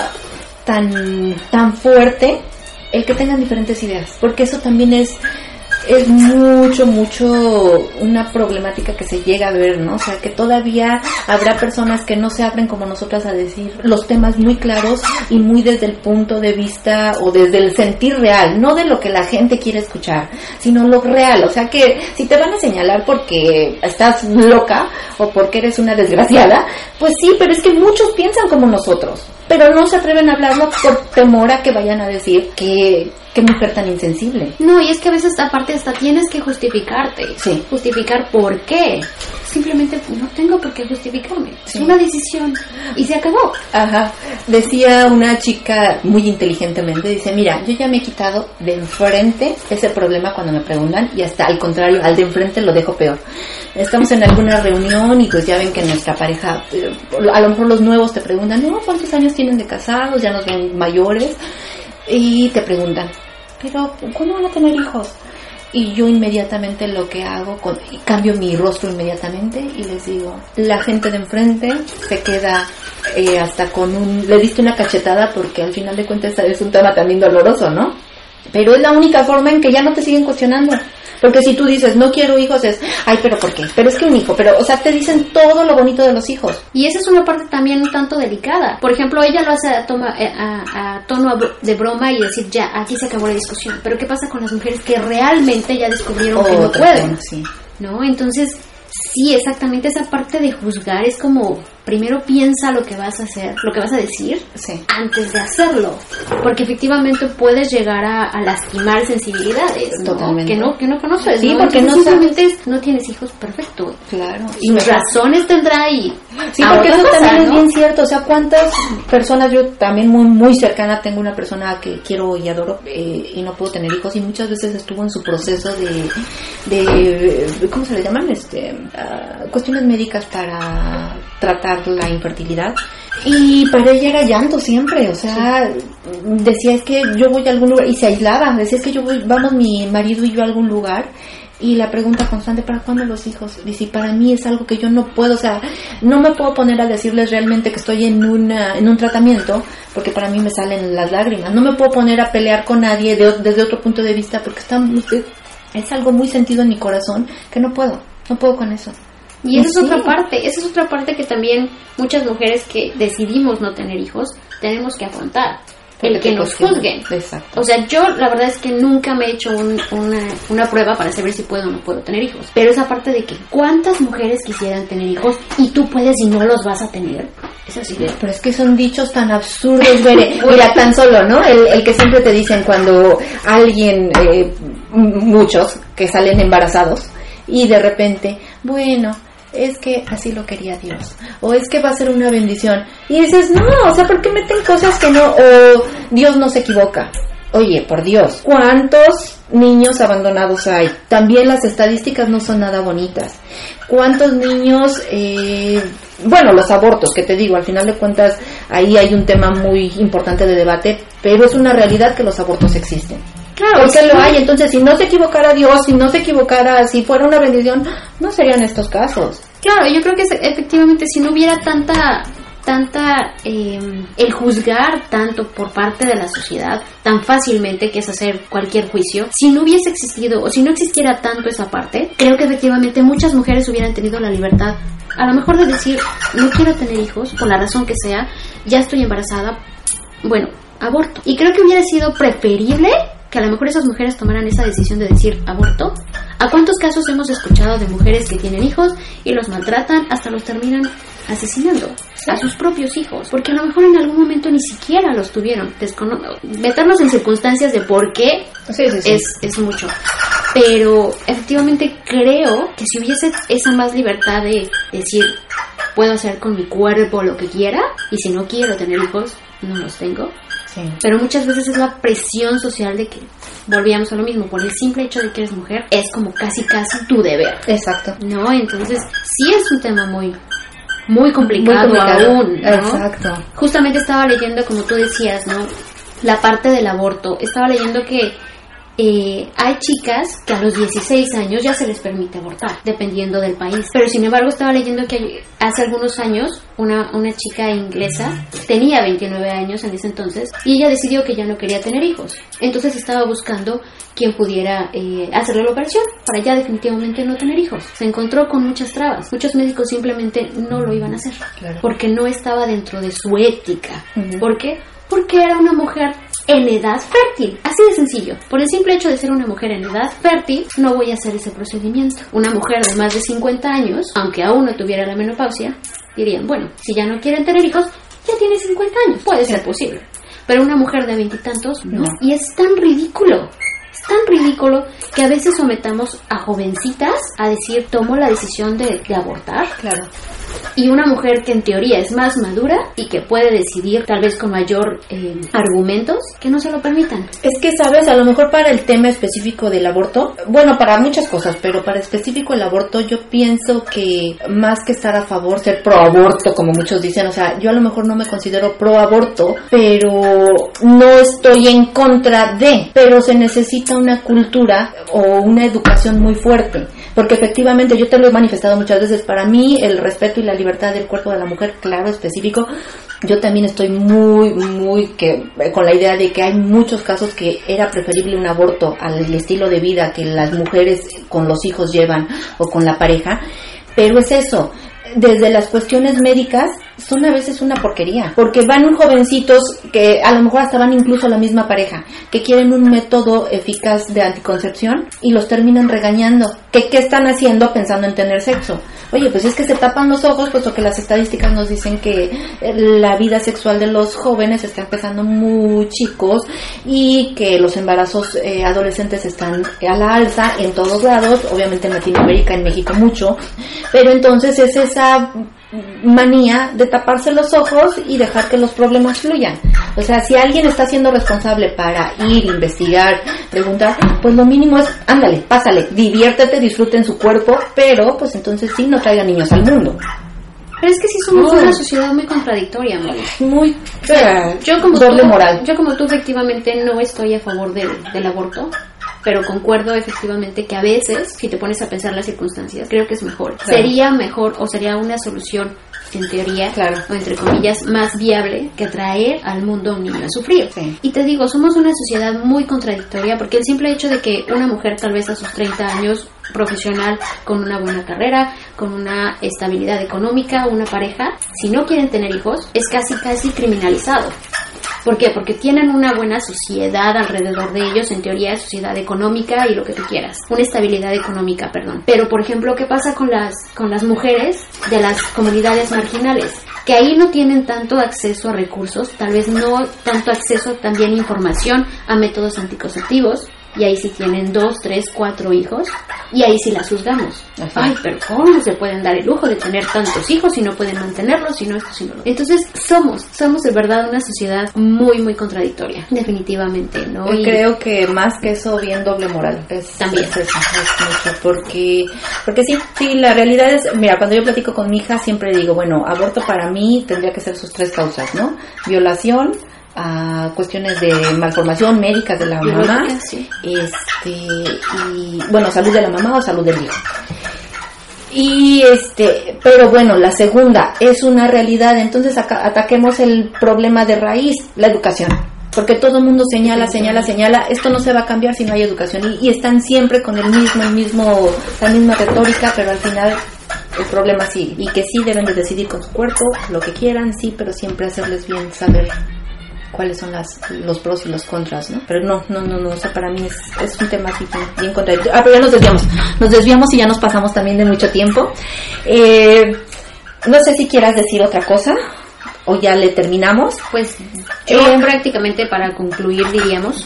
tan tan fuerte el que tengan diferentes ideas, porque eso también es es mucho, mucho una problemática que se llega a ver, ¿no? O sea, que todavía habrá personas que no se abren como nosotras a decir los temas muy claros y muy desde el punto de vista o desde el sentir real, no de lo que la gente quiere escuchar, sino lo real. O sea, que si te van a señalar porque estás loca o porque eres una desgraciada, pues sí, pero es que muchos piensan como nosotros, pero no se atreven a hablarlo por temor a que vayan a decir que qué mujer tan insensible. No, y es que a veces aparte hasta tienes que justificarte. Sí. Justificar por qué. Simplemente no tengo por qué justificarme. Sí. Es una decisión y se acabó. Ajá. Decía una chica muy inteligentemente, dice, mira, yo ya me he quitado de enfrente ese problema cuando me preguntan y hasta al contrario, al de enfrente lo dejo peor. Estamos en alguna reunión y pues ya ven que nuestra pareja, a lo mejor los nuevos te preguntan, no, ¿cuántos años tienen de casados? Ya nos ven mayores. Y te preguntan, pero ¿cuándo van a tener hijos? Y yo inmediatamente lo que hago, con, cambio mi rostro inmediatamente y les digo, la gente de enfrente se queda eh, hasta con un, le diste una cachetada porque al final de cuentas es un tema también doloroso, ¿no? pero es la única forma en que ya no te siguen cuestionando. Porque si tú dices, no quiero hijos, es, ay, pero ¿por qué? Pero es que un hijo, pero, o sea, te dicen todo lo bonito de los hijos. Y esa es una parte también un tanto delicada. Por ejemplo, ella lo hace a, toma, a, a tono de broma y decir, ya, aquí se acabó la discusión. Pero ¿qué pasa con las mujeres que realmente ya descubrieron oh, que no pueden? Tema, sí. ¿No? Entonces, sí, exactamente esa parte de juzgar es como, primero piensa lo que vas a hacer, lo que vas a decir, sí, antes de hacerlo, porque efectivamente puedes llegar a, a lastimar sensibilidades, ¿no? Totalmente. que no que no conoces, sí, ¿no? porque entonces, no simplemente sabes. No tienes hijos, perfecto, claro, y sus razones tendrá y sí, porque eso cosa, también ¿no? es bien cierto, o sea, cuántas personas, yo también muy muy cercana tengo una persona que quiero y adoro eh, y no puedo tener hijos y muchas veces estuvo en su proceso de de ¿cómo se le llaman? este uh, cuestiones médicas para tratar la infertilidad y para ella era llanto siempre, o sea, sí. decía es que yo voy a algún lugar y se aislaba, decía es que yo voy, vamos mi marido y yo a algún lugar y la pregunta constante, ¿para cuándo los hijos? Dice, para mí es algo que yo no puedo, o sea, no me puedo poner a decirles realmente que estoy en una en un tratamiento porque para mí me salen las lágrimas, no me puedo poner a pelear con nadie de, desde otro punto de vista porque está, es algo muy sentido en mi corazón que no puedo, no puedo con eso. Y esa sí. es otra parte, esa es otra parte que también muchas mujeres que decidimos no tener hijos tenemos que afrontar, el que nos juzguen. Exacto. O sea, yo la verdad es que nunca me he hecho un, una, una prueba para saber si puedo o no puedo tener hijos, pero esa parte de que cuántas mujeres quisieran tener hijos y tú puedes y no los vas a tener, es así. Pero es que son dichos tan absurdos, Bere. Mira, tan solo, ¿no? El, el que siempre te dicen cuando alguien, eh, muchos que salen embarazados y de repente, bueno, es que así lo quería Dios, o es que va a ser una bendición, y dices, no, o sea, ¿por qué meten cosas que no, o Dios no se equivoca? Oye, por Dios, ¿cuántos niños abandonados hay? También las estadísticas no son nada bonitas. ¿Cuántos niños, eh, bueno, los abortos, que te digo, al final de cuentas, ahí hay un tema muy importante de debate, pero es una realidad que los abortos existen. Claro, porque sí. lo hay. Entonces, si no se equivocara Dios, si no se equivocara, si fuera una bendición, no serían estos casos. Claro, yo creo que efectivamente si no hubiera tanta, tanta, eh, el juzgar tanto por parte de la sociedad, tan fácilmente que es hacer cualquier juicio, si no hubiese existido o si no existiera tanto esa parte, creo que efectivamente muchas mujeres hubieran tenido la libertad, a lo mejor de decir, no quiero tener hijos, por la razón que sea, ya estoy embarazada, bueno, aborto. Y creo que hubiera sido preferible que a lo mejor esas mujeres tomaran esa decisión de decir aborto. ¿A cuántos casos hemos escuchado de mujeres que tienen hijos y los maltratan hasta los terminan asesinando a sus propios hijos? Porque a lo mejor en algún momento ni siquiera los tuvieron. Descono- meternos en circunstancias de por qué sí, sí, sí. Es, es mucho. Pero efectivamente creo que si hubiese esa más libertad de decir, puedo hacer con mi cuerpo lo que quiera y si no quiero tener hijos, no los tengo. Sí. Pero muchas veces es la presión social de que volvíamos a lo mismo, por el simple hecho de que eres mujer es como casi casi tu deber. Exacto. No, entonces sí es un tema muy muy complicado, muy complicado. aún, ¿no? Exacto. Justamente estaba leyendo, como tú decías, ¿no? La parte del aborto. Estaba leyendo que Eh, hay chicas que a los dieciséis años ya se les permite abortar, dependiendo del país. Pero sin embargo estaba leyendo que hace algunos años una, una chica inglesa tenía veintinueve años en ese entonces y ella decidió que ya no quería tener hijos. Entonces estaba buscando quien pudiera eh, hacerle la operación para ya definitivamente no tener hijos. Se encontró con muchas trabas. Muchos médicos simplemente no lo iban a hacer, claro, porque no estaba dentro de su ética. Uh-huh. ¿Por qué? Porque era una mujer en edad fértil, así de sencillo. Por el simple hecho de ser una mujer en edad fértil, no voy a hacer ese procedimiento. Una mujer de más de cincuenta años, aunque aún no tuviera la menopausia, dirían, bueno, si ya no quieren tener hijos, ya tiene cincuenta años, puede ser posible. Pero una mujer de veintitantos, no. Y es tan ridículo, es tan ridículo que a veces sometamos a jovencitas a decir, tomo la decisión de, de abortar. Claro. Y una mujer que en teoría es más madura y que puede decidir tal vez con mayor eh, argumentos, que no se lo permitan. Es que, ¿sabes? A lo mejor para el tema específico del aborto, bueno, para muchas cosas, pero para específico el aborto, yo pienso que más que estar a favor, ser pro aborto, como muchos dicen, o sea, yo a lo mejor no me considero pro aborto, pero no estoy en contra de, pero se necesita una cultura o una educación muy fuerte. Porque efectivamente, yo te lo he manifestado muchas veces, para mí el respeto y la libertad del cuerpo de la mujer, claro, específico, Yo también estoy muy, muy que con la idea de que hay muchos casos que era preferible un aborto al estilo de vida que las mujeres con los hijos llevan o con la pareja, pero es eso. Desde las cuestiones médicas son a veces una porquería, porque van jovencitos que a lo mejor hasta van incluso a la misma pareja, que quieren un método eficaz de anticoncepción y los terminan regañando. ¿Qué, qué están haciendo pensando en tener sexo? Oye, pues es que se tapan los ojos, puesto que las estadísticas nos dicen que la vida sexual de los jóvenes está empezando muy chicos y que los embarazos eh, adolescentes están a la alza en todos lados, obviamente en Latinoamérica, en México mucho, pero entonces es esa manía de taparse los ojos y dejar que los problemas fluyan. O sea, si alguien está siendo responsable para ir, investigar, preguntar, pues lo mínimo es, ándale, pásale, diviértete, disfrute en su cuerpo, pero pues entonces sí, no traiga niños al mundo. Pero es que sí somos oh. una sociedad muy contradictoria, Mari. Muy o sea, yo como doble tú, moral. Yo como tú efectivamente no estoy a favor del, del aborto, pero concuerdo efectivamente que a veces, si te pones a pensar las circunstancias, creo que es mejor. Claro. Sería mejor o sería una solución, en teoría, claro, o entre comillas, más viable que traer al mundo a un niño a sufrir. Sí. Y te digo, somos una sociedad muy contradictoria porque el simple hecho de que una mujer tal vez a sus treinta años, profesional, con una buena carrera, con una estabilidad económica, una pareja, si no quieren tener hijos, es casi casi criminalizado. ¿Por qué? Porque tienen una buena sociedad alrededor de ellos, en teoría sociedad económica y lo que tú quieras, una estabilidad económica, perdón. Pero, por ejemplo, ¿qué pasa con las con las mujeres de las comunidades marginales? Que ahí no tienen tanto acceso a recursos, tal vez no tanto acceso también a información, a métodos anticonceptivos, y ahí sí tienen dos, tres, cuatro hijos, y ahí sí las juzgamos. Ajá. Ay, pero ¿cómo se pueden dar el lujo de tener tantos hijos si no pueden mantenerlos, si no esto, si no lo? Entonces, somos, somos de verdad una sociedad muy, muy contradictoria, definitivamente, ¿no? Yo y creo que más que eso, bien doble moral. Es, también. Es, es, es mucho, porque, porque sí, sí, la realidad es, mira, cuando yo platico con mi hija, siempre digo, bueno, aborto para mí tendría que ser sus tres causas, ¿no? Violación, a cuestiones de malformación médicas de la mamá, sí. este y bueno, salud de la mamá o salud del hijo. Y este, pero bueno, la segunda es una realidad, entonces acá, ataquemos el problema de raíz, la educación. Porque todo el mundo señala, señala, señala, esto no se va a cambiar si no hay educación. Y, y están siempre con el mismo, el mismo, la misma retórica, pero al final el problema sigue. Y que sí deben de decidir con su cuerpo, lo que quieran, sí, pero siempre hacerles bien saber cuáles son las los pros y los contras, ¿no? Pero no, no, no, no, o sea, para mí es, es un tema así bien, bien contradictorio. Ah, pero ya nos desviamos, nos desviamos y ya nos pasamos también de mucho tiempo. Eh, no sé si quieras decir otra cosa o ya le terminamos. Pues yo eh, prácticamente para concluir diríamos,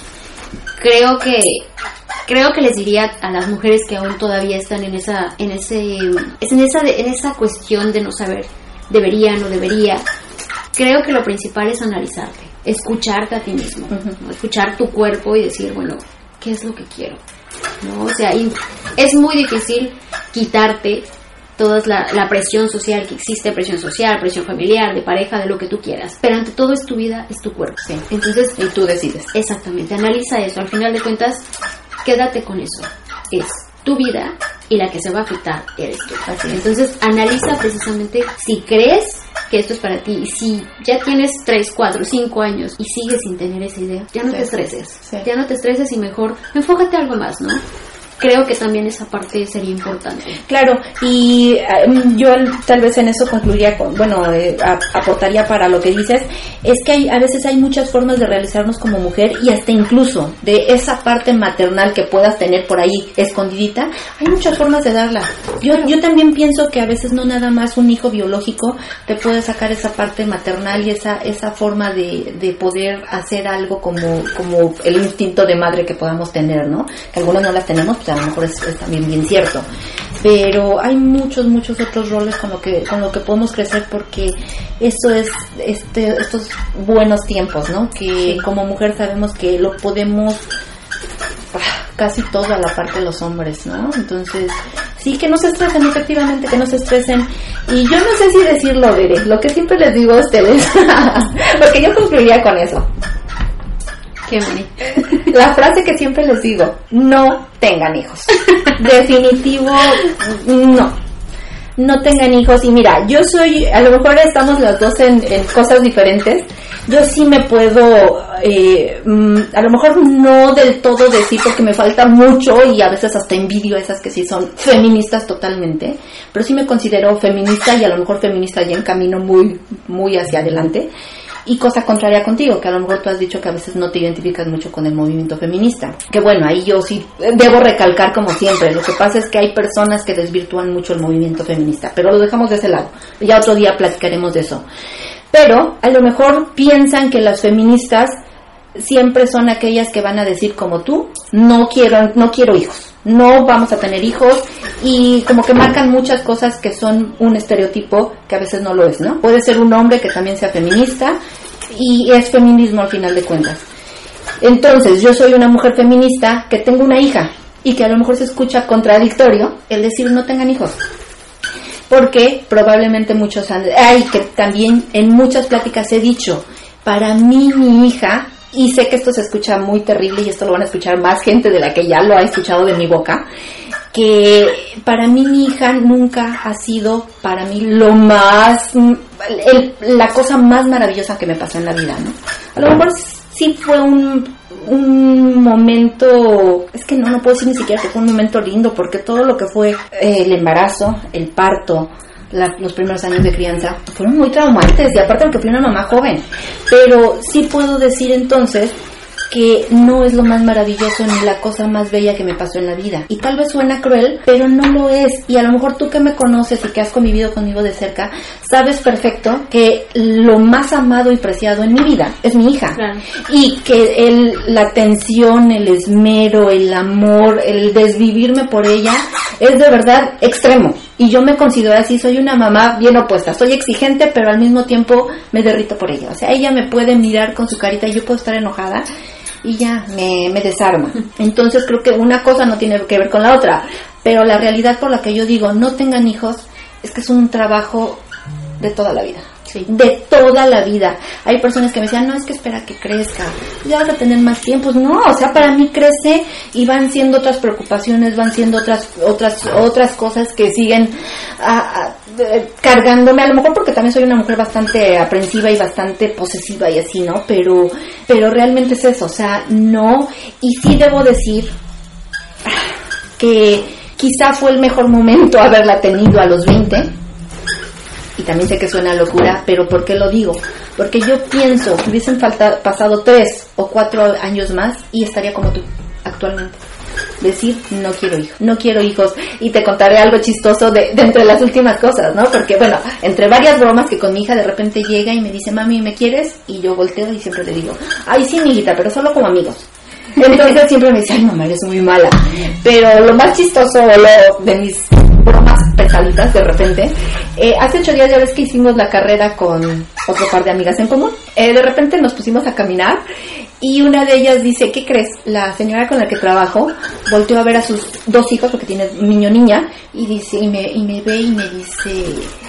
creo que creo que les diría a las mujeres que aún todavía están en esa en ese es en esa en esa cuestión de no saber debería no debería. Creo que lo principal es analizarte, escucharte a ti mismo, uh-huh. ¿no? Escuchar tu cuerpo y decir, bueno, ¿qué es lo que quiero? ¿No? O sea, es muy difícil quitarte toda la, la presión social que existe, presión social, presión familiar, de pareja, de lo que tú quieras. Pero ante todo es tu vida, es tu cuerpo. Sí. Entonces, y tú decides. Exactamente, analiza eso. Al final de cuentas, quédate con eso. Es tu vida y la que se va a afectar eres tú. Así. Entonces, analiza precisamente si crees que esto es para ti, y si ya tienes tres, cuatro, cinco años y sigues sin tener esa idea, ya no sí, te estreses, sí. ya no te estreses y mejor enfócate a algo más, ¿no? Creo que también esa parte sería importante. Claro, y um, yo tal vez en eso concluiría, con, bueno, eh, a, aportaría para lo que dices, es que hay, a veces hay muchas formas de realizarnos como mujer y hasta incluso de esa parte maternal que puedas tener por ahí escondidita, hay muchas formas de darla. Yo, yo también pienso que a veces no nada más un hijo biológico te puede sacar esa parte maternal y esa esa forma de, de poder hacer algo como, como el instinto de madre que podamos tener, ¿no? Que algunos no las tenemos, a lo mejor es, es también bien cierto, pero hay muchos muchos otros roles con lo que con lo que podemos crecer, porque eso es este estos buenos tiempos, ¿no? Que sí. Como mujer sabemos que lo podemos casi todo a la parte de los hombres, ¿no? Entonces sí, que no se estresen, efectivamente, que no se estresen. Y yo no sé si decirlo, Bere, lo que siempre les digo a ustedes, porque yo concluiría con eso. Qué bonito. La frase que siempre les digo, no tengan hijos. Definitivo, no. no tengan hijos. Y mira, yo soy, a lo mejor estamos las dos en, en cosas diferentes. Yo sí me puedo, eh, a lo mejor no del todo decir porque me falta mucho y a veces hasta envidio a esas que sí son feministas totalmente, pero sí me considero feminista y a lo mejor feminista ya en camino muy, muy hacia adelante. Y cosa contraria contigo, que a lo mejor tú has dicho que a veces no te identificas mucho con el movimiento feminista. Que bueno, ahí yo sí debo recalcar como siempre. Lo que pasa es que hay personas que desvirtúan mucho el movimiento feminista, pero lo dejamos de ese lado. Ya otro día platicaremos de eso. Pero a lo mejor piensan que las feministas siempre son aquellas que van a decir como tú, no quiero, no quiero hijos, no vamos a tener hijos, y como que marcan muchas cosas que son un estereotipo que a veces no lo es, ¿no? Puede ser un hombre que también sea feminista y es feminismo al final de cuentas. Entonces yo soy una mujer feminista que tengo una hija y que a lo mejor se escucha contradictorio el decir no tengan hijos. Porque probablemente muchos han... Ay, que también en muchas pláticas he dicho, para mí mi hija, y sé que esto se escucha muy terrible y esto lo van a escuchar más gente de la que ya lo ha escuchado de mi boca, que para mí mi hija nunca ha sido para mí lo más... El, la cosa más maravillosa que me pasó en la vida, ¿no? A lo mejor sí fue un... un momento, es que no, no puedo decir ni siquiera que fue un momento lindo, porque todo lo que fue eh, el embarazo, el parto, la, los primeros años de crianza, fueron muy traumantes, y aparte porque fui una mamá joven, pero sí puedo decir entonces que no es lo más maravilloso ni la cosa más bella que me pasó en la vida. Y tal vez suena cruel, pero no lo es. Y a lo mejor tú que me conoces y que has convivido conmigo de cerca, sabes perfecto que lo más amado y preciado en mi vida es mi hija. Claro. Y que el, la atención, el esmero, el amor, el desvivirme por ella es de verdad extremo. Y yo me considero así, soy una mamá bien opuesta. Soy exigente, pero al mismo tiempo me derrito por ella. O sea, ella me puede mirar con su carita y yo puedo estar enojada y ya, me, me desarma. Entonces creo que una cosa no tiene que ver con la otra. Pero la realidad por la que yo digo, no tengan hijos, es que es un trabajo de toda la vida. Sí. De toda la vida. Hay personas que me decían, no, es que espera que crezca, ya vas a tener más tiempos. No, o sea, para mí crece y van siendo otras preocupaciones, van siendo otras otras otras cosas que siguen a, a, eh, cargándome, a lo mejor porque también soy una mujer bastante aprensiva y bastante posesiva y así, ¿no? Pero, pero realmente es eso, o sea, no. Y sí debo decir que quizá fue el mejor momento haberla tenido a los veinte. Y también sé que suena locura, pero ¿por qué lo digo? Porque yo pienso que hubiesen falta, pasado tres o cuatro años más y estaría como tú, actualmente. Decir, no quiero hijos, no quiero hijos. Y te contaré algo chistoso de, de entre las últimas cosas, ¿no? Porque, bueno, entre varias bromas que con mi hija de repente llega y me dice, mami, ¿me quieres? Y yo volteo y siempre le digo, ay, sí, mi hijita, pero solo como amigos. Entonces siempre me dice, ay, mamá, eres muy mala. Pero lo más chistoso, lo de mis bromas pesaditas de repente, eh, hace ocho días ya ves que hicimos la carrera con otro par de amigas en común. Eh, de repente nos pusimos a caminar y una de ellas dice, ¿qué crees? La señora con la que trabajo volteó a ver a sus dos hijos, porque tiene un niño niña, y dice, y me, y me ve y me dice,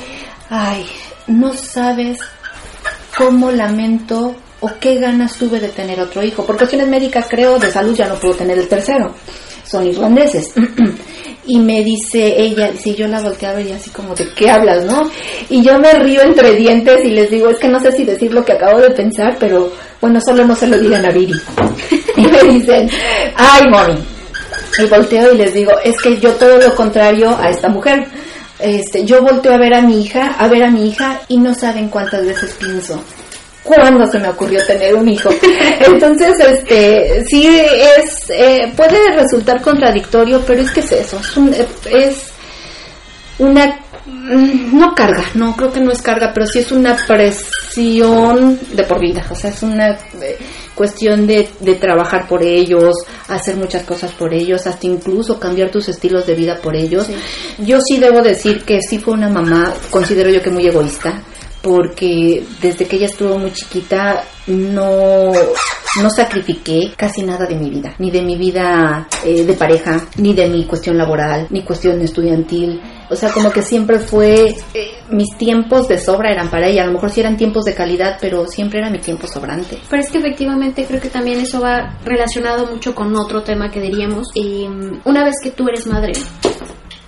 ay, no sabes cómo lamento o qué ganas tuve de tener otro hijo. Por cuestiones médicas, creo, de salud ya no puedo tener el tercero. Son irlandeses. Y me dice ella, si yo la volteé a ver y así como, ¿de qué hablas, no? Y yo me río entre dientes y les digo, es que no sé si decir lo que acabo de pensar, pero bueno, solo no se lo digan a Viri. Y me dicen, ay, mami. Y volteo y les digo, es que yo todo lo contrario a esta mujer. Este, yo volteo a ver a mi hija, a ver a mi hija y no saben cuántas veces pienso, ¿cuándo se me ocurrió tener un hijo? Entonces, este, sí es, eh, puede resultar contradictorio, pero es que es eso, es, un, es una, no carga, no, creo que no es carga, pero sí es una presión de por vida, o sea, es una eh, cuestión de, de trabajar por ellos, hacer muchas cosas por ellos, hasta incluso cambiar tus estilos de vida por ellos. Sí. Yo sí debo decir que sí fue una mamá, considero yo que muy egoísta, porque desde que ella estuvo muy chiquita no, no sacrifiqué casi nada de mi vida, ni de mi vida eh, de pareja, ni de mi cuestión laboral, ni cuestión estudiantil. O sea, como que siempre fue, eh, mis tiempos de sobra eran para ella. A lo mejor sí eran tiempos de calidad, pero siempre era mi tiempo sobrante. Pero es que efectivamente creo que también eso va relacionado mucho con otro tema que diríamos. Eh, una vez que tú eres madre,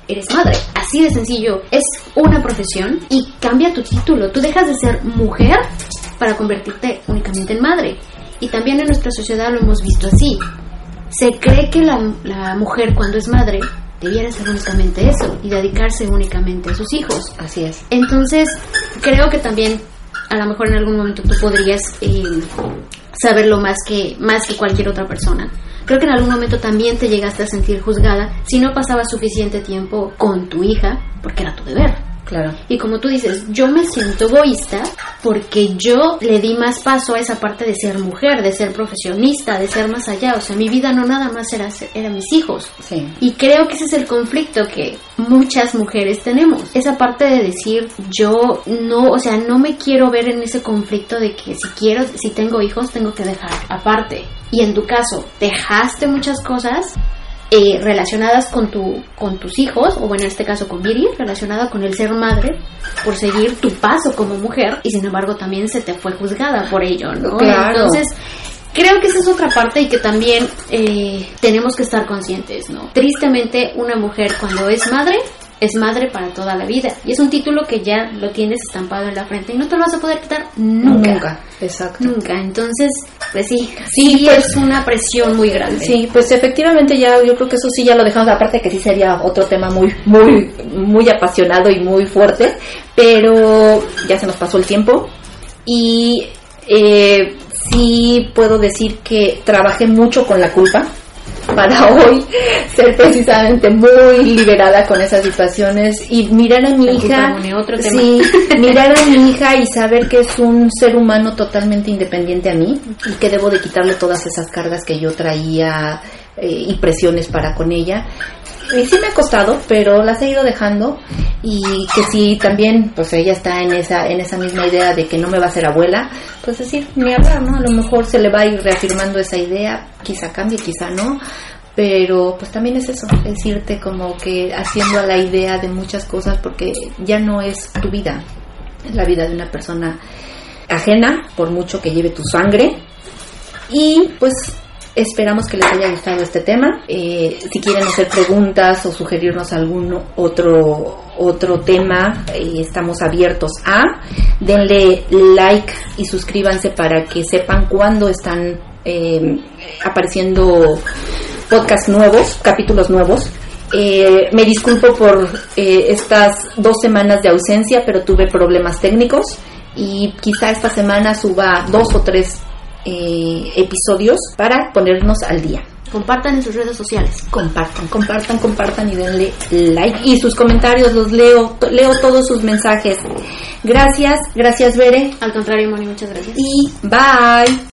eres madre. Así de sencillo. Es una profesión y cambia tu título. Tú dejas de ser mujer para convertirte únicamente en madre. Y también en nuestra sociedad lo hemos visto así. Se cree que la, la mujer cuando es madre debiera ser únicamente eso y dedicarse únicamente a sus hijos. Así es. Entonces, creo que también a lo mejor en algún momento tú podrías eh, saberlo más que, más que cualquier otra persona. Creo que en algún momento también te llegaste a sentir juzgada si no pasabas suficiente tiempo con tu hija, porque era tu deber. Claro. Y como tú dices, yo me siento egoísta porque yo le di más paso a esa parte de ser mujer, de ser profesionista, de ser más allá. O sea, mi vida no nada más era, eran mis hijos. Sí. Y creo que ese es el conflicto que muchas mujeres tenemos. Esa parte de decir, yo no, o sea, no me quiero ver en ese conflicto de que si quiero, si tengo hijos, tengo que dejar aparte. Y en tu caso, dejaste muchas cosas Eh, relacionadas con tu con tus hijos, o bueno, en este caso con Viri, relacionada con el ser madre, por seguir tu paso como mujer, y sin embargo también se te fue juzgada por ello, ¿no? Claro. Entonces, creo que esa es otra parte y que también eh, tenemos que estar conscientes, ¿no? Tristemente, una mujer cuando es madre, es madre para toda la vida. Y es un título que ya lo tienes estampado en la frente y no te lo vas a poder quitar nunca. Nunca, exacto. Nunca. Entonces, pues sí, sí, sí pues, es una presión muy grande. Sí, pues efectivamente ya, yo creo que eso sí ya lo dejamos, aparte que sí sería otro tema muy, muy, muy apasionado y muy fuerte, pero ya se nos pasó el tiempo y eh, sí puedo decir que trabajé mucho con la culpa para hoy ser precisamente muy liberada con esas situaciones y mirar a mi la hija, otro tema. sí, mirar a mi hija y saber que es un ser humano totalmente independiente a mí y que debo de quitarle todas esas cargas que yo traía eh, y presiones para con ella. Y sí me ha costado, pero las he ido dejando y que si también pues ella está en esa en esa misma idea de que no me va a ser abuela, pues decir, ni hablar, ¿no? A lo mejor se le va a ir reafirmando esa idea, quizá cambie, quizá no, pero pues también es eso, es irte como que haciendo a la idea de muchas cosas porque ya no es tu vida, es la vida de una persona ajena, por mucho que lleve tu sangre. Y pues esperamos que les haya gustado este tema. Eh, si quieren hacer preguntas o sugerirnos algún otro otro tema, eh, estamos abiertos a. Denle like y suscríbanse para que sepan cuándo están eh, apareciendo podcasts nuevos, capítulos nuevos. Eh, me disculpo por eh, estas dos semanas de ausencia, pero tuve problemas técnicos y quizá esta semana suba dos o tres Eh, episodios para ponernos al día. Compartan en sus redes sociales. Compartan, compartan, compartan y denle like. Y sus comentarios los leo, to- leo todos sus mensajes. Gracias, gracias Bere. Al contrario, Moni, muchas gracias. Y bye.